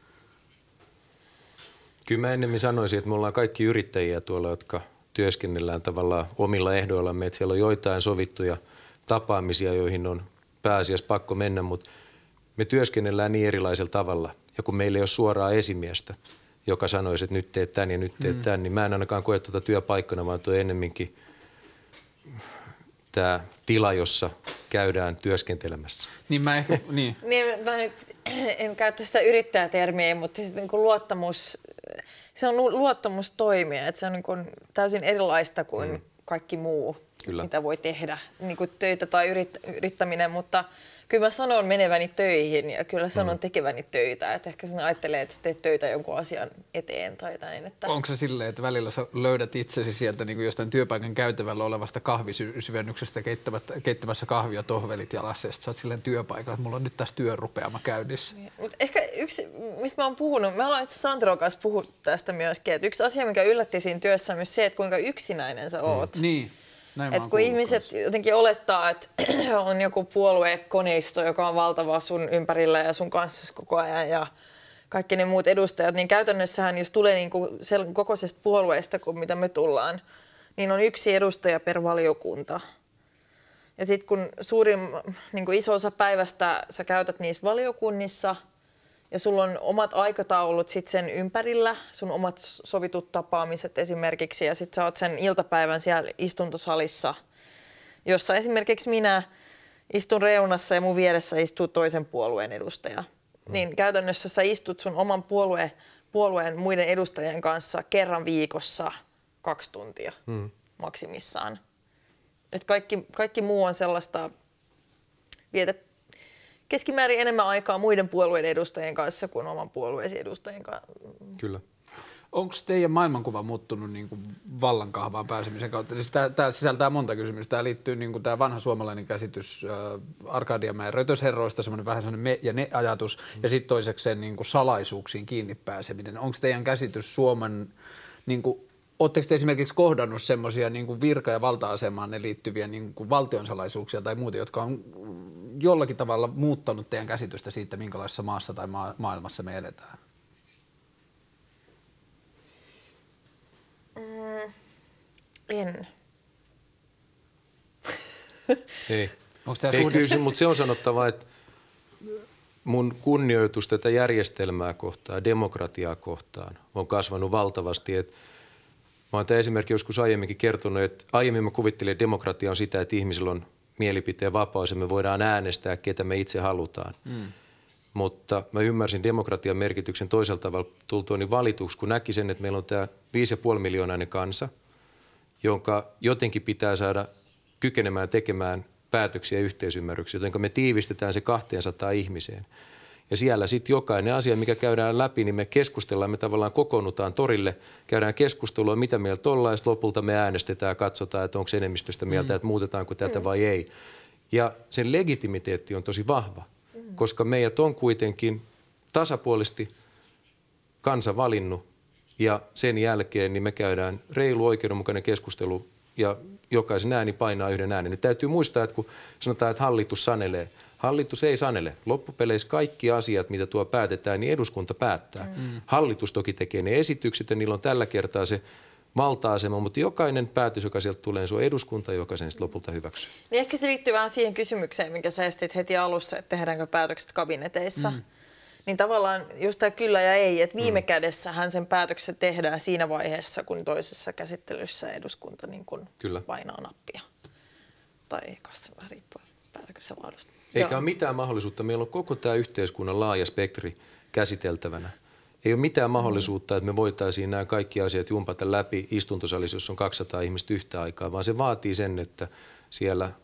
Kyllä mä ennemmin sanoisin, että me ollaan kaikki yrittäjiä tuolla, jotka työskennellään tavallaan omilla ehdoillamme. Että siellä on joitain sovittuja tapaamisia, joihin on pääasiassa pakko mennä, mutta me työskennellään niin erilaisella tavalla. Ja kun meillä ei ole suoraa esimiestä, joka sanoisi, että nyt teet tämän ja nyt teet mm. tämän, niin mä en ainakaan koe tuota työpaikkana, vaan tuo ennemminkin tämä tila, jossa käydään työskentelemässä. Niin mä ehkä, niin. niin mä nyt en käytä sitä yrittäjätermiä, mutta siis niin kuin luottamus, se on luottamustoimia, että se on niin kuin täysin erilaista kuin mm. kaikki muu, kyllä. mitä voi tehdä, niin kuin töitä tai yrit, yrittäminen, mutta kyllä mä sanon meneväni töihin ja kyllä sanon mm. tekeväni töitä, että ehkä sinä ajattelee, että teet töitä jonkun asian eteen tai näin. Että... Onko se silleen, että välillä sä löydät itsesi sieltä niin kuin jostain työpaikan käytävällä olevasta kahvisyvennyksestä keittämässä kahvia tohvelit jalassa ja sitten sä oot silleen työpaikalla, että mulla on nyt tässä työrupeama käynnissä. Niin. Mut ehkä yksi, mistä mä oon puhunut, mä ollaan itse Sandron kanssa puhunut tästä myöskin, että yksi asia, mikä yllätti siinä työssä on myös se, että kuinka yksinäinen sä oot. Mm. Niin. Et kun ihmiset kanssa. jotenkin olettaa, että on joku puoluekoneisto, joka on valtava sun ympärillä ja sun kanssa koko ajan ja kaikki ne muut edustajat, niin käytännössähän jos tulee niinku sen kokoisesta puolueesta kuin mitä me tullaan, niin on yksi edustaja per valiokunta. Ja sitten kun suurin, niinku iso osa päivästä sä käytät niissä valiokunnissa ja sulla on omat aikataulut sit sen ympärillä, sun omat sovitut tapaamiset esimerkiksi, ja sit sä oot sen iltapäivän siellä istuntosalissa, jossa esimerkiksi minä istun reunassa ja mun vieressä istuu toisen puolueen edustaja. Mm. Niin käytännössä sä istut sun oman puolue, puolueen muiden edustajien kanssa kerran viikossa kaksi tuntia mm. maksimissaan. Et kaikki, kaikki muu on sellaista, vietet keskimäärin enemmän aikaa muiden puolueiden edustajien kanssa kuin oman puolueesi edustajien kanssa. Kyllä. Onko teidän maailmankuva muuttunut niin kuin vallankahvaan pääsemisen kautta? Siis tämä sisältää monta kysymystä. Tämä liittyy niin kuin tämä vanha suomalainen käsitys äh, Arkadianmäen rötösherroista, semmoinen vähän semmoinen me ja ne ajatus, mm. ja sitten toisekseen niin kuin salaisuuksiin kiinni pääseminen. Onko teidän käsitys Suomen, niin kuin, oletteko te esimerkiksi kohdannut semmoisia niin kuin virka- ja valta-asemaan ne liittyviä niin kuin valtionsalaisuuksia tai muuta, jotka on jollakin tavalla muuttanut teidän käsitystä siitä, minkälaisessa maassa tai ma- maailmassa me eletään? Mm, en. Ei, Ei kyllä, mutta se on sanottava, että mun kunnioitus tätä järjestelmää kohtaan, demokratiaa kohtaan on kasvanut valtavasti. Että mä oon tämä esimerkki joskus aiemminkin kertonut, että aiemmin mä kuvittelin, että demokratia on sitä, että ihmisillä on mielipiteen vapaus ja me voidaan äänestää, ketä me itse halutaan. Mm. Mutta mä ymmärsin demokratian merkityksen toisella tavalla tultuani valituksi, kun näki sen, että meillä on tämä viisi ja puoli miljoonainen kansa, jonka jotenkin pitää saada kykenemään tekemään päätöksiä ja yhteisymmärryksiä, joten me tiivistetään se kaksisataa ihmiseen. Ja siellä sitten jokainen asia, mikä käydään läpi, niin me keskustellaan, me tavallaan kokoonnutaan torille, käydään keskustelua, mitä mieltä ollaan, ja lopulta me äänestetään ja katsotaan, että onko enemmistöstä mieltä, mm. että muutetaanko tätä mm. vai ei. Ja sen legitimiteetti on tosi vahva, mm. koska meidät on kuitenkin tasapuolisesti kansa valinnut, ja sen jälkeen niin me käydään reilu oikeudenmukainen keskustelu, ja jokaisen ääni painaa yhden äänen. Nyt täytyy muistaa, että kun sanotaan, että hallitus sanelee, hallitus ei sanele. Loppupeleissä kaikki asiat, mitä tuo päätetään, niin eduskunta päättää. Mm. Hallitus toki tekee ne esitykset ja niillä on tällä kertaa se valta-asema, mutta jokainen päätös, joka sieltä tulee, niin se on eduskunta, joka sen sitten lopulta hyväksyy. Niin ehkä se liittyy vähän siihen kysymykseen, minkä sä estit heti alussa, että tehdäänkö päätökset kabineteissa. Mm. Niin tavallaan just tämä kyllä ja ei, että viime mm. kädessähän sen päätöksen tehdään siinä vaiheessa, kun toisessa käsittelyssä eduskunta niin kun painaa nappia. Tai kanssa vähän riippuen päätöksen laadusta. Eikä Joo. ole mitään mahdollisuutta. Meillä on koko tämä yhteiskunnan laaja spektri käsiteltävänä. Ei ole mitään mahdollisuutta, että me voitaisiin nämä kaikki asiat jumpata läpi istuntosalissa, jossa on kaksisataa ihmistä yhtä aikaa, vaan se vaatii sen, että siellä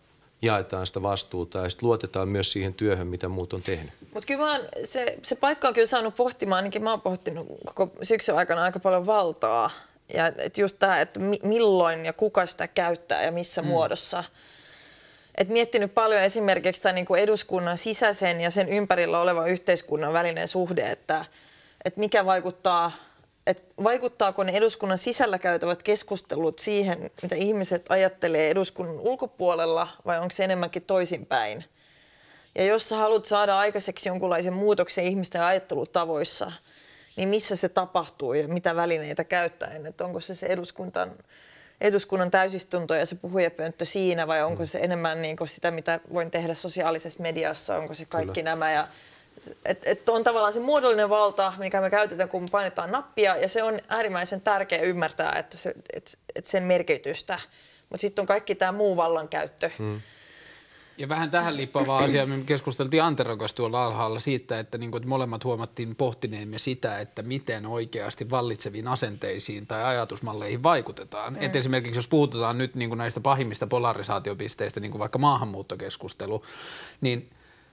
jaetaan sitä vastuuta ja sitten luotetaan myös siihen työhön, mitä muut on tehnyt. Mutta kyllä mä oon, se, se paikka on kyllä saanut pohtimaan, ainakin mä oon pohtinut koko syksyn aikana aika paljon valtaa. Ja et just tämä, että mi, milloin ja kuka sitä käyttää ja missä mm. muodossa. Et miettinyt paljon esimerkiksi tämän niin kuin eduskunnan sisäisen ja sen ympärillä olevan yhteiskunnan välinen suhde, että, että mikä vaikuttaa, että vaikuttaako ne eduskunnan sisällä käytävät keskustelut siihen, mitä ihmiset ajattelee eduskunnan ulkopuolella, vai onko se enemmänkin toisinpäin. Ja jos sä haluat saada aikaiseksi jonkunlaisen muutoksen ihmisten ajattelutavoissa, niin missä se tapahtuu ja mitä välineitä käyttäen, että onko se se eduskunnan, eduskunnan täysistunto ja se puhujapönttö siinä vai onko se enemmän niin kuin sitä, mitä voin tehdä sosiaalisessa mediassa, onko se kaikki Kyllä. nämä. Ja, et, et on tavallaan se muodollinen valta, mikä me käytetään, kun painetaan nappia ja se on äärimmäisen tärkeä ymmärtää, että se, et, et sen merkitystä, mutta sitten on kaikki tämä muu vallankäyttö. Hmm. Ja vähän tähän liippaavaa asiaa, me keskusteltiin Anteron kanssa tuolla alhaalla siitä, että, niin kuin, että molemmat huomattiin pohtineemme sitä, että miten oikeasti vallitseviin asenteisiin tai ajatusmalleihin vaikutetaan. Mm. Et esimerkiksi jos puhutaan nyt niin kuin näistä pahimmista polarisaatiopisteistä, niin kuin vaikka maahanmuuttokeskustelu, niin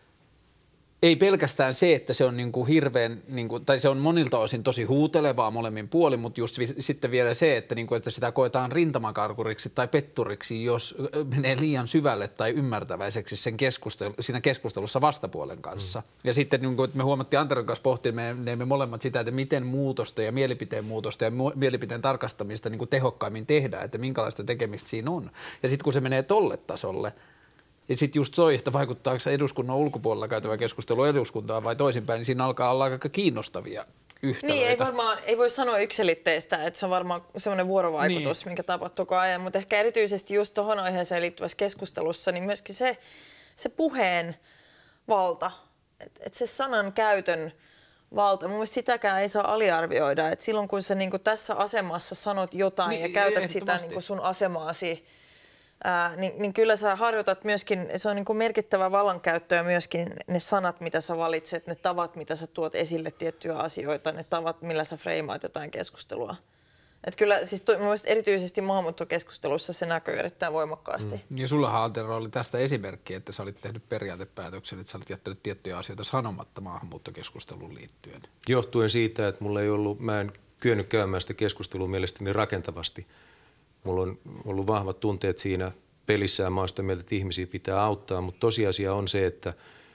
ei pelkästään se, että se on niin kuin hirveän, niin kuin, tai se on monilta osin tosi huutelevaa molemmin puolin, mutta just vi, sitten vielä se, että, niin kuin, että sitä koetaan rintamakarkuriksi tai petturiksi, jos menee liian syvälle tai ymmärtäväiseksi sen keskustelu, siinä keskustelussa vastapuolen kanssa. Mm. Ja sitten niin kuin, että me huomattiin Anteron kanssa pohtineemme me molemmat sitä, että miten muutosta ja mielipiteen muutosta ja mu- mielipiteen tarkastamista niin kuin tehokkaimmin tehdään, että minkälaista tekemistä siinä on. Ja sitten kun se menee tolle tasolle, ja sitten just toi, että vaikuttaako se eduskunnan ulkopuolella käytävä keskustelu eduskuntaan vai toisinpäin, niin siinä alkaa olla aika kiinnostavia yhtälöitä. Niin, ei varmaan, ei voi sanoa yksiselitteistä, että se on varmaan semmoinen vuorovaikutus, niin. mikä tapahtuu koko ajan, mutta ehkä erityisesti just tuohon aiheeseen liittyvässä keskustelussa, niin myöskin se, se puheen valta, että et se sanan käytön valta, mun mielestä sitäkään ei saa aliarvioida, että silloin kun sä niin kuin tässä asemassa sanot jotain niin, ja käytät sitä niin kuin sun asemaasi, Ää, niin, niin kyllä sä harjoitat myöskin, se on niin kuin merkittävä vallankäyttöä myöskin ne sanat, mitä sä valitset, ne tavat, mitä sä tuot esille tiettyjä asioita, ne tavat, millä sä freimaat jotain keskustelua. Et kyllä siis to, erityisesti maahanmuuttokeskustelussa se näkyy erittäin voimakkaasti. Mm. Ja sullahan, Antero, oli tästä esimerkki, että sä olit tehnyt periaatepäätöksen, että sä olit jättänyt tiettyjä asioita sanomatta maahanmuuttokeskusteluun liittyen. Johtuen siitä, että mulla ei ollut, mä en kyennyt käymään sitä keskustelua mielestäni rakentavasti. Mulla on ollut vahvat tunteet siinä pelissä ja mä oon sitä mieltä, että ihmisiä pitää auttaa, mutta tosiasia on se, että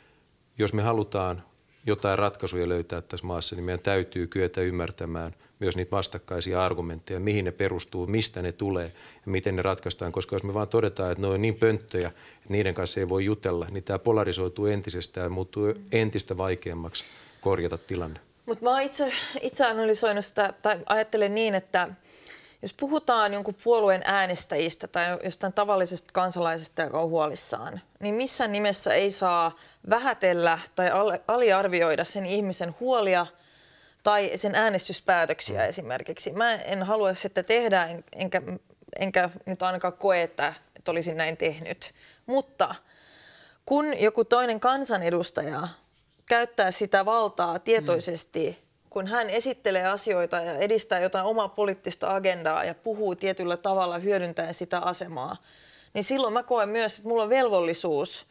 jos me halutaan jotain ratkaisuja löytää tässä maassa, niin meidän täytyy kyetä ymmärtämään myös niitä vastakkaisia argumentteja, mihin ne perustuu, mistä ne tulee ja miten ne ratkaistaan, koska jos me vaan todetaan, että ne on niin pönttöjä, että niiden kanssa ei voi jutella, niin tämä polarisoituu entisestään ja muuttuu entistä vaikeammaksi korjata tilanne. Mutta mä oon itse, itse analysoinut sitä, tai ajattelen niin, että jos puhutaan jonkun puolueen äänestäjistä tai jostain tavallisesta kansalaisesta, joka on huolissaan, niin missään nimessä ei saa vähätellä tai aliarvioida sen ihmisen huolia tai sen äänestyspäätöksiä mm. esimerkiksi. Mä en halua sitä tehdä, enkä, enkä nyt ainakaan koe, että, että olisin näin tehnyt. Mutta kun joku toinen kansanedustaja käyttää sitä valtaa tietoisesti, mm. kun hän esittelee asioita ja edistää jotain omaa poliittista agendaa ja puhuu tietyllä tavalla hyödyntäen sitä asemaa, niin silloin mä koen myös, että mulla on velvollisuus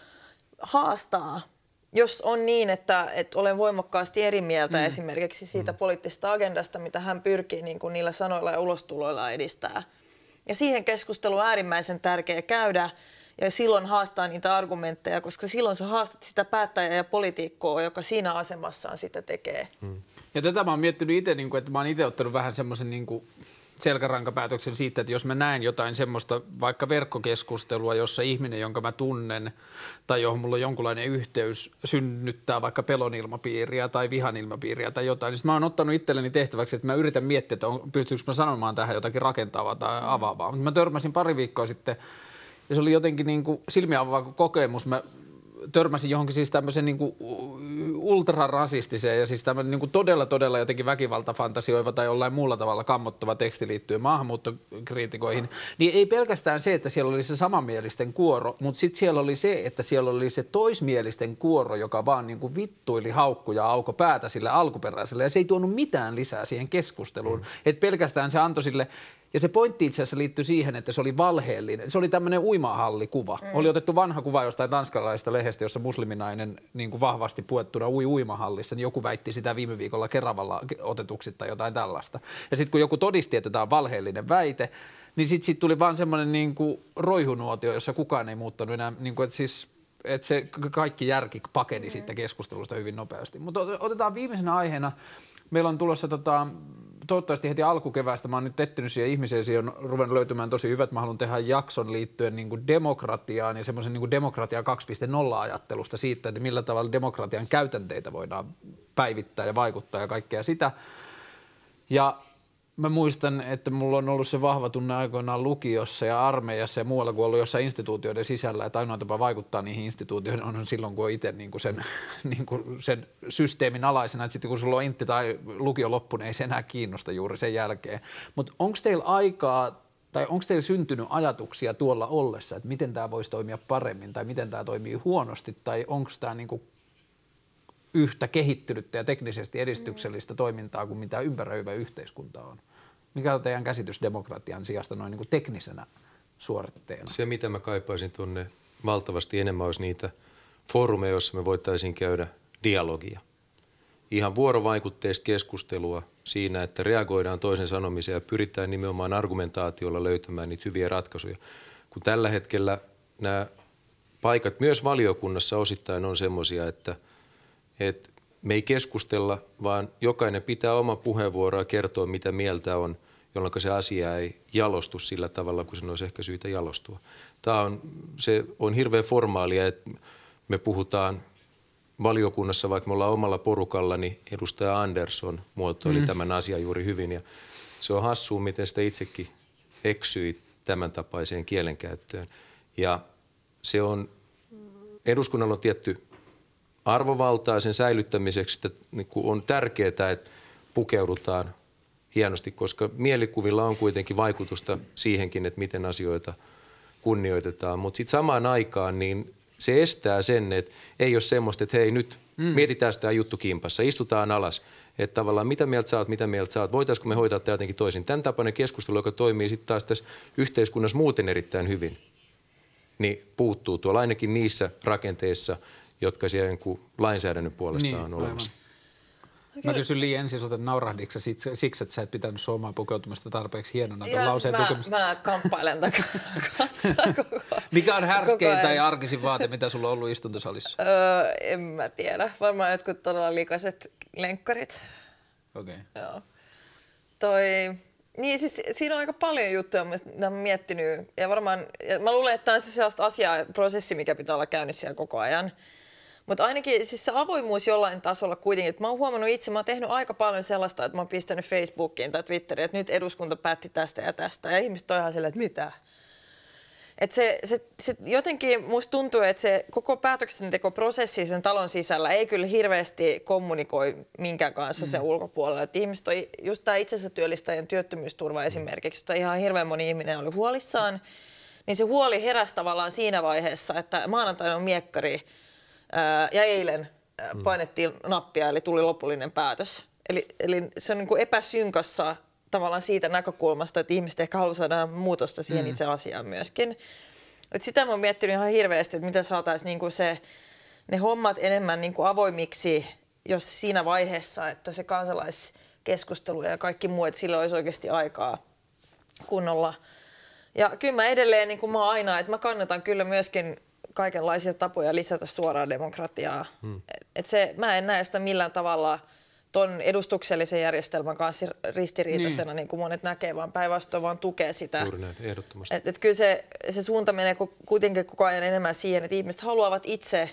haastaa, jos on niin, että, että olen voimakkaasti eri mieltä mm. esimerkiksi siitä mm. poliittisesta agendasta, mitä hän pyrkii niin kuin niillä sanoilla ja ulostuloilla edistää. Ja siihen keskusteluun on äärimmäisen tärkeää käydä ja silloin haastaa niitä argumentteja, koska silloin sä haastat sitä päättäjää ja poliitikkoa, joka siinä asemassaan sitä tekee. Mm. Ja tätä mä oon miettinyt itse, että mä oon itse ottanut vähän semmoisen selkärankapäätöksen siitä, että jos mä näen jotain semmoista vaikka verkkokeskustelua, jossa ihminen, jonka mä tunnen tai johon mulla on jonkunlainen yhteys, synnyttää vaikka pelon ilmapiiriä tai vihan ilmapiiriä tai jotain, niin mä oon ottanut itselleni tehtäväksi, että mä yritän miettiä, että on, pystyykö mä sanomaan tähän jotakin rakentavaa tai avaavaa. Mutta mä törmäsin pari viikkoa sitten ja se oli jotenkin niin kuin silmiä avaava kokemus. Mä törmäsin johonkin siis tämmöisen niin kuin ultrarasistiseen ja siis tämmöinen niin kuin todella, todella jotenkin väkivaltafantasioiva tai jollain muulla tavalla kammottava teksti liittyen maahanmuuttokriitikoihin, niin ei pelkästään se, että siellä oli se samanmielisten kuoro, mutta sitten siellä oli se, että siellä oli se toismielisten kuoro, joka vaan niin kuin vittuili haukkuja auko päätä sille alkuperäiselle ja se ei tuonut mitään lisää siihen keskusteluun. Mm. Että pelkästään se antoi sille. Ja se pointti itse asiassa liittyi siihen, että se oli valheellinen. Se oli tämmöinen uimahallikuva. Mm. Oli otettu vanha kuva jostain tanskalaisesta lehdestä, jossa musliminainen niin kuin vahvasti puettuna ui uimahallissa. Niin joku väitti sitä viime viikolla Keravalla otetuksi tai jotain tällaista. Ja sitten kun joku todisti, että tämä on valheellinen väite, niin sitten sit tuli vaan semmoinen niin kuin roihunuotio, jossa kukaan ei muuttanut enää, niin kuin, että siis että se kaikki järki pakeni mm. siitä keskustelusta hyvin nopeasti. Mutta otetaan viimeisenä aiheena. Meillä on tulossa tota, toivottavasti heti alkukeväästä, mä oon nyt tettynyt siihen ihmiseen, siihen on ruvennut löytymään tosi hyvät. Mä haluan tehdä jakson liittyen niin kuin demokratiaan ja semmoisen niin kuin demokratia kaksi piste nolla-ajattelusta siitä, että millä tavalla demokratian käytänteitä voidaan päivittää ja vaikuttaa ja kaikkea sitä. Ja mä muistan, että mulla on ollut se vahva tunne aikoinaan lukiossa ja armeijassa ja muualla, kun ollut jossain instituutioiden sisällä, että ainoa tapa vaikuttaa niihin instituutioihin on silloin, kun on itse niin kuin sen, niin kuin sen systeemin alaisena, että sitten kun sulla on intti tai lukio loppu, niin ei se enää kiinnosta juuri sen jälkeen. Mutta onko teillä aikaa tai onko teillä syntynyt ajatuksia tuolla ollessa, että miten tämä voisi toimia paremmin tai miten tämä toimii huonosti tai onko tämä niin kuin yhtä kehittynyttä ja teknisesti edistyksellistä mm. toimintaa kuin mitä ympäröivä yhteiskunta on. Mikä on teidän käsitys demokratian sijasta noin niin kuin teknisenä suoritteena? Se, mitä mä kaipaisin tuonne valtavasti enemmän, olisi niitä foorumeja, joissa me voitaisiin käydä dialogia. Ihan vuorovaikutteista keskustelua siinä, että reagoidaan toisen sanomiseen ja pyritään nimenomaan argumentaatiolla löytämään niitä hyviä ratkaisuja. Kun tällä hetkellä nämä paikat myös valiokunnassa osittain on semmoisia, että että me ei keskustella, vaan jokainen pitää oma puheenvuoroa ja kertoa, mitä mieltä on, jolloin se asia ei jalostu sillä tavalla, kun sen olisi ehkä syytä jalostua. Tämä on, se on hirveän formaalia, että me puhutaan valiokunnassa, vaikka me ollaan omalla porukalla, niin edustaja Andersson muotoili mm. tämän asian juuri hyvin. Ja se on hassua, miten sitä itsekin eksyi tämän tapaiseen kielenkäyttöön. Ja se on, eduskunnalla on tietty arvovaltaa sen säilyttämiseksi, että on tärkeää, että pukeudutaan hienosti, koska mielikuvilla on kuitenkin vaikutusta siihenkin, että miten asioita kunnioitetaan. Mutta sitten samaan aikaan niin se estää sen, että ei ole semmoista, että hei nyt mm. mietitään sitä juttu kimpassa, istutaan alas. Että tavallaan mitä mieltä sä oot, mitä mieltä sä oot, voitaisiko me hoitaa tämä jotenkin toisin. Tämän tapainen keskustelu, joka toimii sitten taas tässä yhteiskunnassa muuten erittäin hyvin, niin puuttuu tuolla ainakin niissä rakenteissa, jotka siellä niin lainsäädännön puolesta niin, on olemassa. Mä kysyn Li ensin sulta, naurahdiksi siksi, että sä et pitänyt suomaa pukeutumista tarpeeksi hienona tämän lauseen tukemista. Mä kamppailen kanssa koko Mikä on härskein tai arkisin vaate, mitä sulla on ollut istuntosalissa? Öö, en mä tiedä. Varmaan jotkut todella likaiset lenkkarit. Okei. Okay. Joo. Toi... Niin siis siinä on aika paljon juttuja, mitä mä oon miettinyt. Ja varmaan, ja mä luulen, että tämä on se sellaista asiaa, prosessi, mikä pitää olla käynnissä siellä koko ajan. Mutta ainakin siis se avoimuus jollain tasolla kuitenkin, että mä oon huomannut itse, mä oon tehnyt aika paljon sellaista, että mä oon pistänyt Facebookiin tai Twitteriin, että nyt eduskunta päätti tästä ja tästä. Ja ihmiset on ihan silleen, että mitä? Et se, se, se jotenkin musta tuntuu, että se koko päätöksentekoprosessi sen talon sisällä ei kyllä hirveästi kommunikoi minkään kanssa mm. sen ulkopuolella. Et ihmiset on, just tämä itsensä työllistäjien työttömyysturva esimerkiksi, josta ihan hirveän moni ihminen oli huolissaan, niin se huoli heräsi tavallaan siinä vaiheessa, että maanantaina on miekkari ää, ja eilen ää, painettiin nappia, eli tuli lopullinen päätös. Eli, eli se on niin kuin epäsynkassa tavallaan siitä näkökulmasta, että ihmiset ehkä haluaa saada muutosta siihen mm. itse asiaan myöskin. Et sitä mä oon miettinyt ihan hirveästi, että miten saataisiin niinku se, ne hommat enemmän niinku avoimiksi, jos siinä vaiheessa, että se kansalaiskeskustelu ja kaikki muu, että sillä olisi oikeasti aikaa kunnolla. Ja kyllä mä edelleen, niin kuin mä aina, että mä kannatan kyllä myöskin kaikenlaisia tapoja lisätä suoraa demokratiaa. Mm. Et se, mä en näe sitä millään tavalla ton edustuksellisen järjestelmän kanssa ristiriitaisena, niin. niin kuin monet näkee, vaan päinvastoin vaan tukee sitä. Juuri näin, ehdottomasti. Et, et kyllä se, se suunta menee kuitenkin koko ajan enemmän siihen, että ihmiset haluavat itse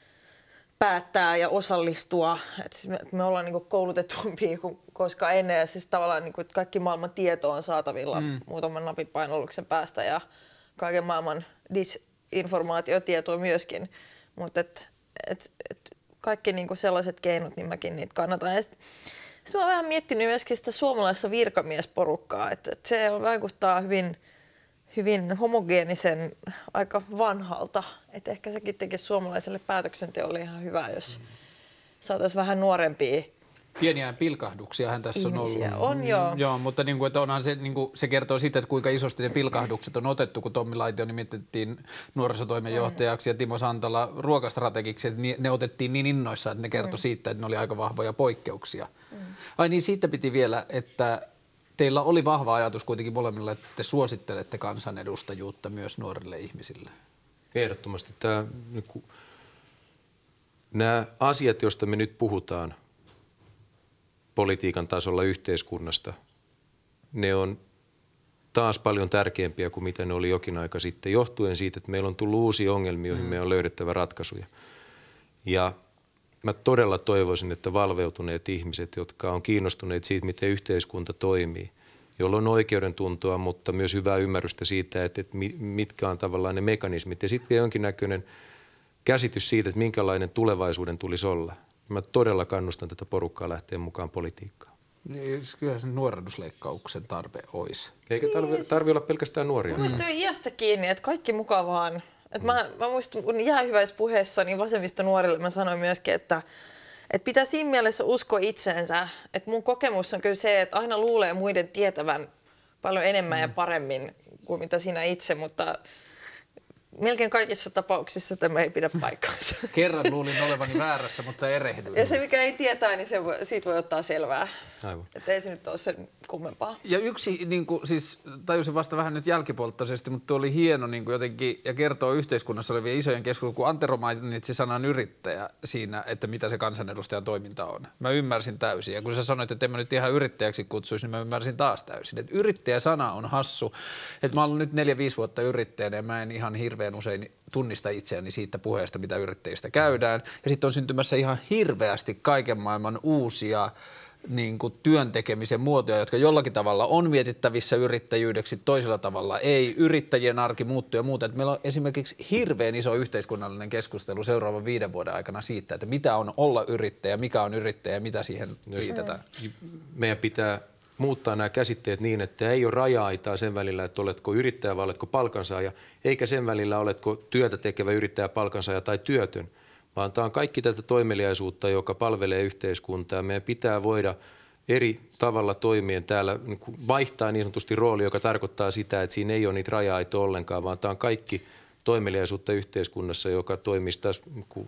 päättää ja osallistua. Et me, me ollaan niin kuin koulutetumpia kuin koskaan ennen, ja siis tavallaan niin kuin kaikki maailman tieto on saatavilla mm. muutaman napin painalluksen päästä, ja kaiken maailman disinformaatiotietoa myöskin. Mutta et, et, et, kaikki niinku sellaiset keinot, niin mäkin niitä kannatan. Sitten sit mä oon vähän miettinyt myöskin sitä suomalaista virkamiesporukkaa, että et se vaikuttaa hyvin, hyvin homogeenisen, aika vanhalta. Että ehkä sekin tekisi suomalaiselle päätöksenteolle ihan hyvä, jos saataisiin vähän nuorempia Pieniä pilkahduksiahan tässä ihmisiä on ollut. on, joo. Joo, mutta niin kuin, että onhan se, niin kuin, se kertoo siitä, että kuinka isosti ne pilkahdukset on otettu, kun Tommi Laitio nimitettiin nuorisotoimenjohtajaksi mm. ja Timo Santala ruokastrategiksi, että ne otettiin niin innoissaan, että ne kertoi mm. siitä, että ne oli aika vahvoja poikkeuksia. Mm. Ai niin, siitä piti vielä, että teillä oli vahva ajatus kuitenkin molemmilla, että te suosittelette kansanedustajuutta myös nuorille ihmisille. Ehdottomasti. Tämä, niin kuin, nämä asiat, joista me nyt puhutaan politiikan tasolla yhteiskunnasta, ne on taas paljon tärkeämpiä kuin mitä ne oli jokin aika sitten, johtuen siitä, että meillä on tullut uusia ongelmia, joihin mm. meidän on löydettävä ratkaisuja. Ja mä todella toivoisin, että valveutuneet ihmiset, jotka on kiinnostuneet siitä, miten yhteiskunta toimii, jolla on oikeudentuntoa, mutta myös hyvää ymmärrystä siitä, että, että mitkä on tavallaan ne mekanismit. Ja sitten vielä jonkinnäköinen käsitys siitä, että minkälainen tulevaisuuden tulisi olla. Mä todella kannustan tätä porukkaa lähteä mukaan politiikkaan. Niin, kyllä sen nuorennusleikkauksen tarve olisi. Eikä tarvi, tarvi olla pelkästään nuoria. Mun mielestä on iästä kiinni, että kaikki mukaan vaan. Että mä, mä muistan, kun jäähyväispuheessa niin vasemmisto nuorille mä sanoin myöskin, että, että pitää siinä mielessä uskoa itseensä. Että mun kokemus on kyllä se, että aina luulee muiden tietävän paljon enemmän mm. ja paremmin kuin mitä sinä itse, mutta melkein kaikissa tapauksissa tämä ei pidä paikkaansa. Kerran luulin olevani väärässä, mutta erehdyin. Ja se, mikä ei tietää, niin se voi, siitä voi ottaa selvää. Aivan. Että ei se nyt ole sen kummempaa. Ja yksi, niin kuin, siis tajusin vasta vähän nyt jälkipolttaisesti, mutta tuo oli hieno niin kuin jotenkin, ja kertoo yhteiskunnassa olevien isojen keskustelua, kun Antero mainitsi sanan yrittäjä siinä, että mitä se kansanedustajan toiminta on. Mä ymmärsin täysin. Ja kun sä sanoit, että en mä nyt ihan yrittäjäksi kutsuisi, niin mä ymmärsin taas täysin. Että yrittäjä-sana on hassu. Että mä oon nyt neljä, viisi vuotta yrittäjänä ja mä en ihan hirveän usein tunnista itseäni siitä puheesta, mitä yrittäjistä käydään. Ja sitten on syntymässä ihan hirveästi kaiken maailman uusia niin kuin työn tekemisen muotoja, jotka jollakin tavalla on mietittävissä yrittäjyydeksi, toisella tavalla ei. Yrittäjien arki muuttuu ja muuta. Että meillä on esimerkiksi hirveän iso yhteiskunnallinen keskustelu seuraavan viiden vuoden aikana siitä, että mitä on olla yrittäjä, mikä on yrittäjä ja mitä siihen liitetään. Meidän pitää muuttaa nämä käsitteet niin, että ei ole raja-aitaa sen välillä, että oletko yrittäjä vai oletko palkansaaja, eikä sen välillä oletko työtä tekevä yrittäjä, palkansaaja tai työtön, vaan tämä on kaikki tätä toimeliaisuutta, joka palvelee yhteiskuntaa. Meidän pitää voida eri tavalla toimien täällä vaihtaa niin sanotusti rooli, joka tarkoittaa sitä, että siinä ei ole niitä raja-aitoja ollenkaan, vaan tämä on kaikki toimeliaisuutta yhteiskunnassa, joka toimii taas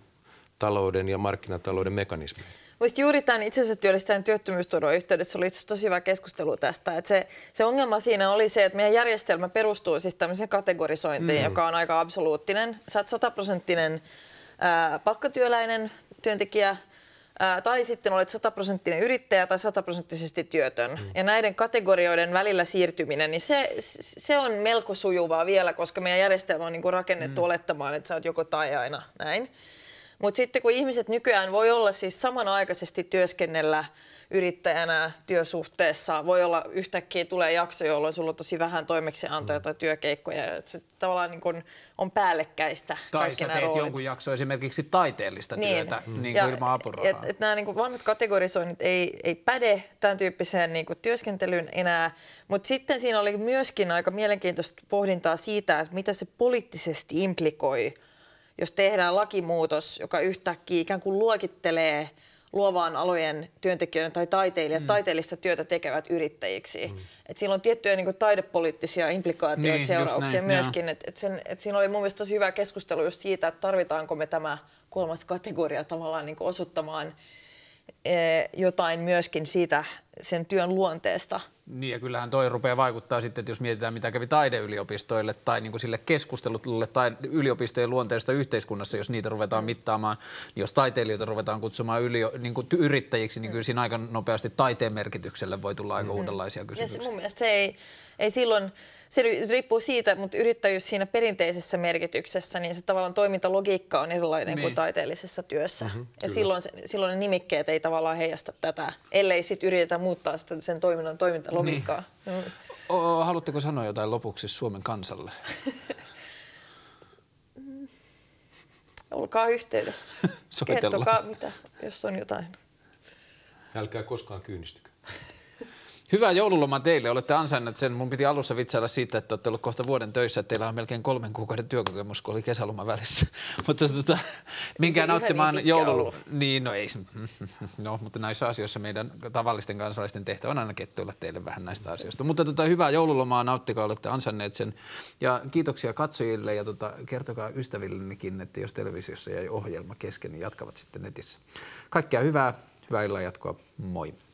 talouden ja markkinatalouden mekanismeja. Muista juuri tämän itsensä työllistäjän työttömyysturvan yhteydessä oli itse asiassa tosi hyvä keskustelu tästä. Että se, se ongelma siinä oli se, että meidän järjestelmä perustuu siis tämmöiseen kategorisointiin, mm. joka on aika absoluuttinen. Sä oot sataprosenttinen palkkatyöläinen työntekijä, ää, tai sitten olet sataprosenttinen yrittäjä tai sataprosenttisesti työtön. Mm. Ja näiden kategorioiden välillä siirtyminen, niin se, se on melko sujuvaa vielä, koska meidän järjestelmä on niin kuin rakennettu mm. olettamaan, että sä oot joko tai aina näin. Mutta sitten kun ihmiset nykyään voi olla siis samanaikaisesti työskennellä yrittäjänä työsuhteessa, voi olla yhtäkkiä tulee jakso, jolloin sulla on tosi vähän toimeksiantoja tai työkeikkoja. Et se tavallaan niin kun on päällekkäistä tai kaikki nämä roolit. Tai sä teet jonkun jakso esimerkiksi taiteellista niin. työtä mm. niin kuin ilman apurahaa. Et, et nämä niin kuin vanhat kategorisoinnit ei, ei päde tämän tyyppiseen niin kuin työskentelyyn enää, mutta sitten siinä oli myöskin aika mielenkiintoista pohdintaa siitä, että mitä se poliittisesti implikoi, jos tehdään lakimuutos, joka yhtäkkiä ikään kuin luokittelee luovaan alojen työntekijöiden tai taiteilijat, mm. taiteellista työtä tekevät yrittäjiksi. Mm. Et siinä on tiettyjä niin kuin taidepoliittisia implikaatioita, niin, seurauksia myöskin. Et, et sen, et siinä oli mun mielestä tosi hyvä keskustelu just siitä, että tarvitaanko me tämä kolmas kategoria tavallaan niin kuin osoittamaan e, jotain myöskin siitä sen työn luonteesta. Niin ja kyllähän toi rupeaa vaikuttaa sitten, että jos mietitään mitä kävi taideyliopistoille tai niin kuin sille keskustelulle tai yliopistojen luonteesta yhteiskunnassa, jos niitä ruvetaan mittaamaan, niin jos taiteilijoita ruvetaan kutsumaan ylio, niin kuin yrittäjiksi, niin kyllä siinä aika nopeasti taiteen merkitykselle voi tulla aika mm. uudenlaisia kysymyksiä. Ja se, mun mielestä se ei, ei silloin, se riippuu siitä, mutta yrittäjyys siinä perinteisessä merkityksessä, niin se tavallaan toimintalogiikka on erilainen niin. kuin taiteellisessa työssä. Mm-hmm, ja silloin, silloin ne nimikkeet ei tavallaan heijasta tätä, ellei sitten yritetä muuttaa sitä, sen toiminnan toimintalogiikkaa. Niin. Mm. O, haluatteko sanoa jotain lopuksi Suomen kansalle? Olkaa yhteydessä. Kertokaa mitä, jos on jotain. Älkää koskaan kyynistykö. Hyvää joululomaa teille. Olette ansainneet sen. Mun piti alussa vitsailla siitä, että olette ollut kohta vuoden töissä, että teillä on melkein kolmen kuukauden työkokemus, kun oli kesäloma välissä. mutta tota, minkään nauttimaan niin joululoma. Niin, no ei. No, mutta näissä asioissa meidän tavallisten kansalaisten tehtävä on aina kettuilla teille vähän näistä asioista. Mutta tota, hyvää joululomaa, nauttikaa, olette ansainneet sen. Ja kiitoksia katsojille ja tota, kertokaa ystävillenikin, että jos televisiossa jäi ohjelma kesken, niin jatkavat sitten netissä. Kaikkea hyvää, hyvää illan jatkoa. Moi.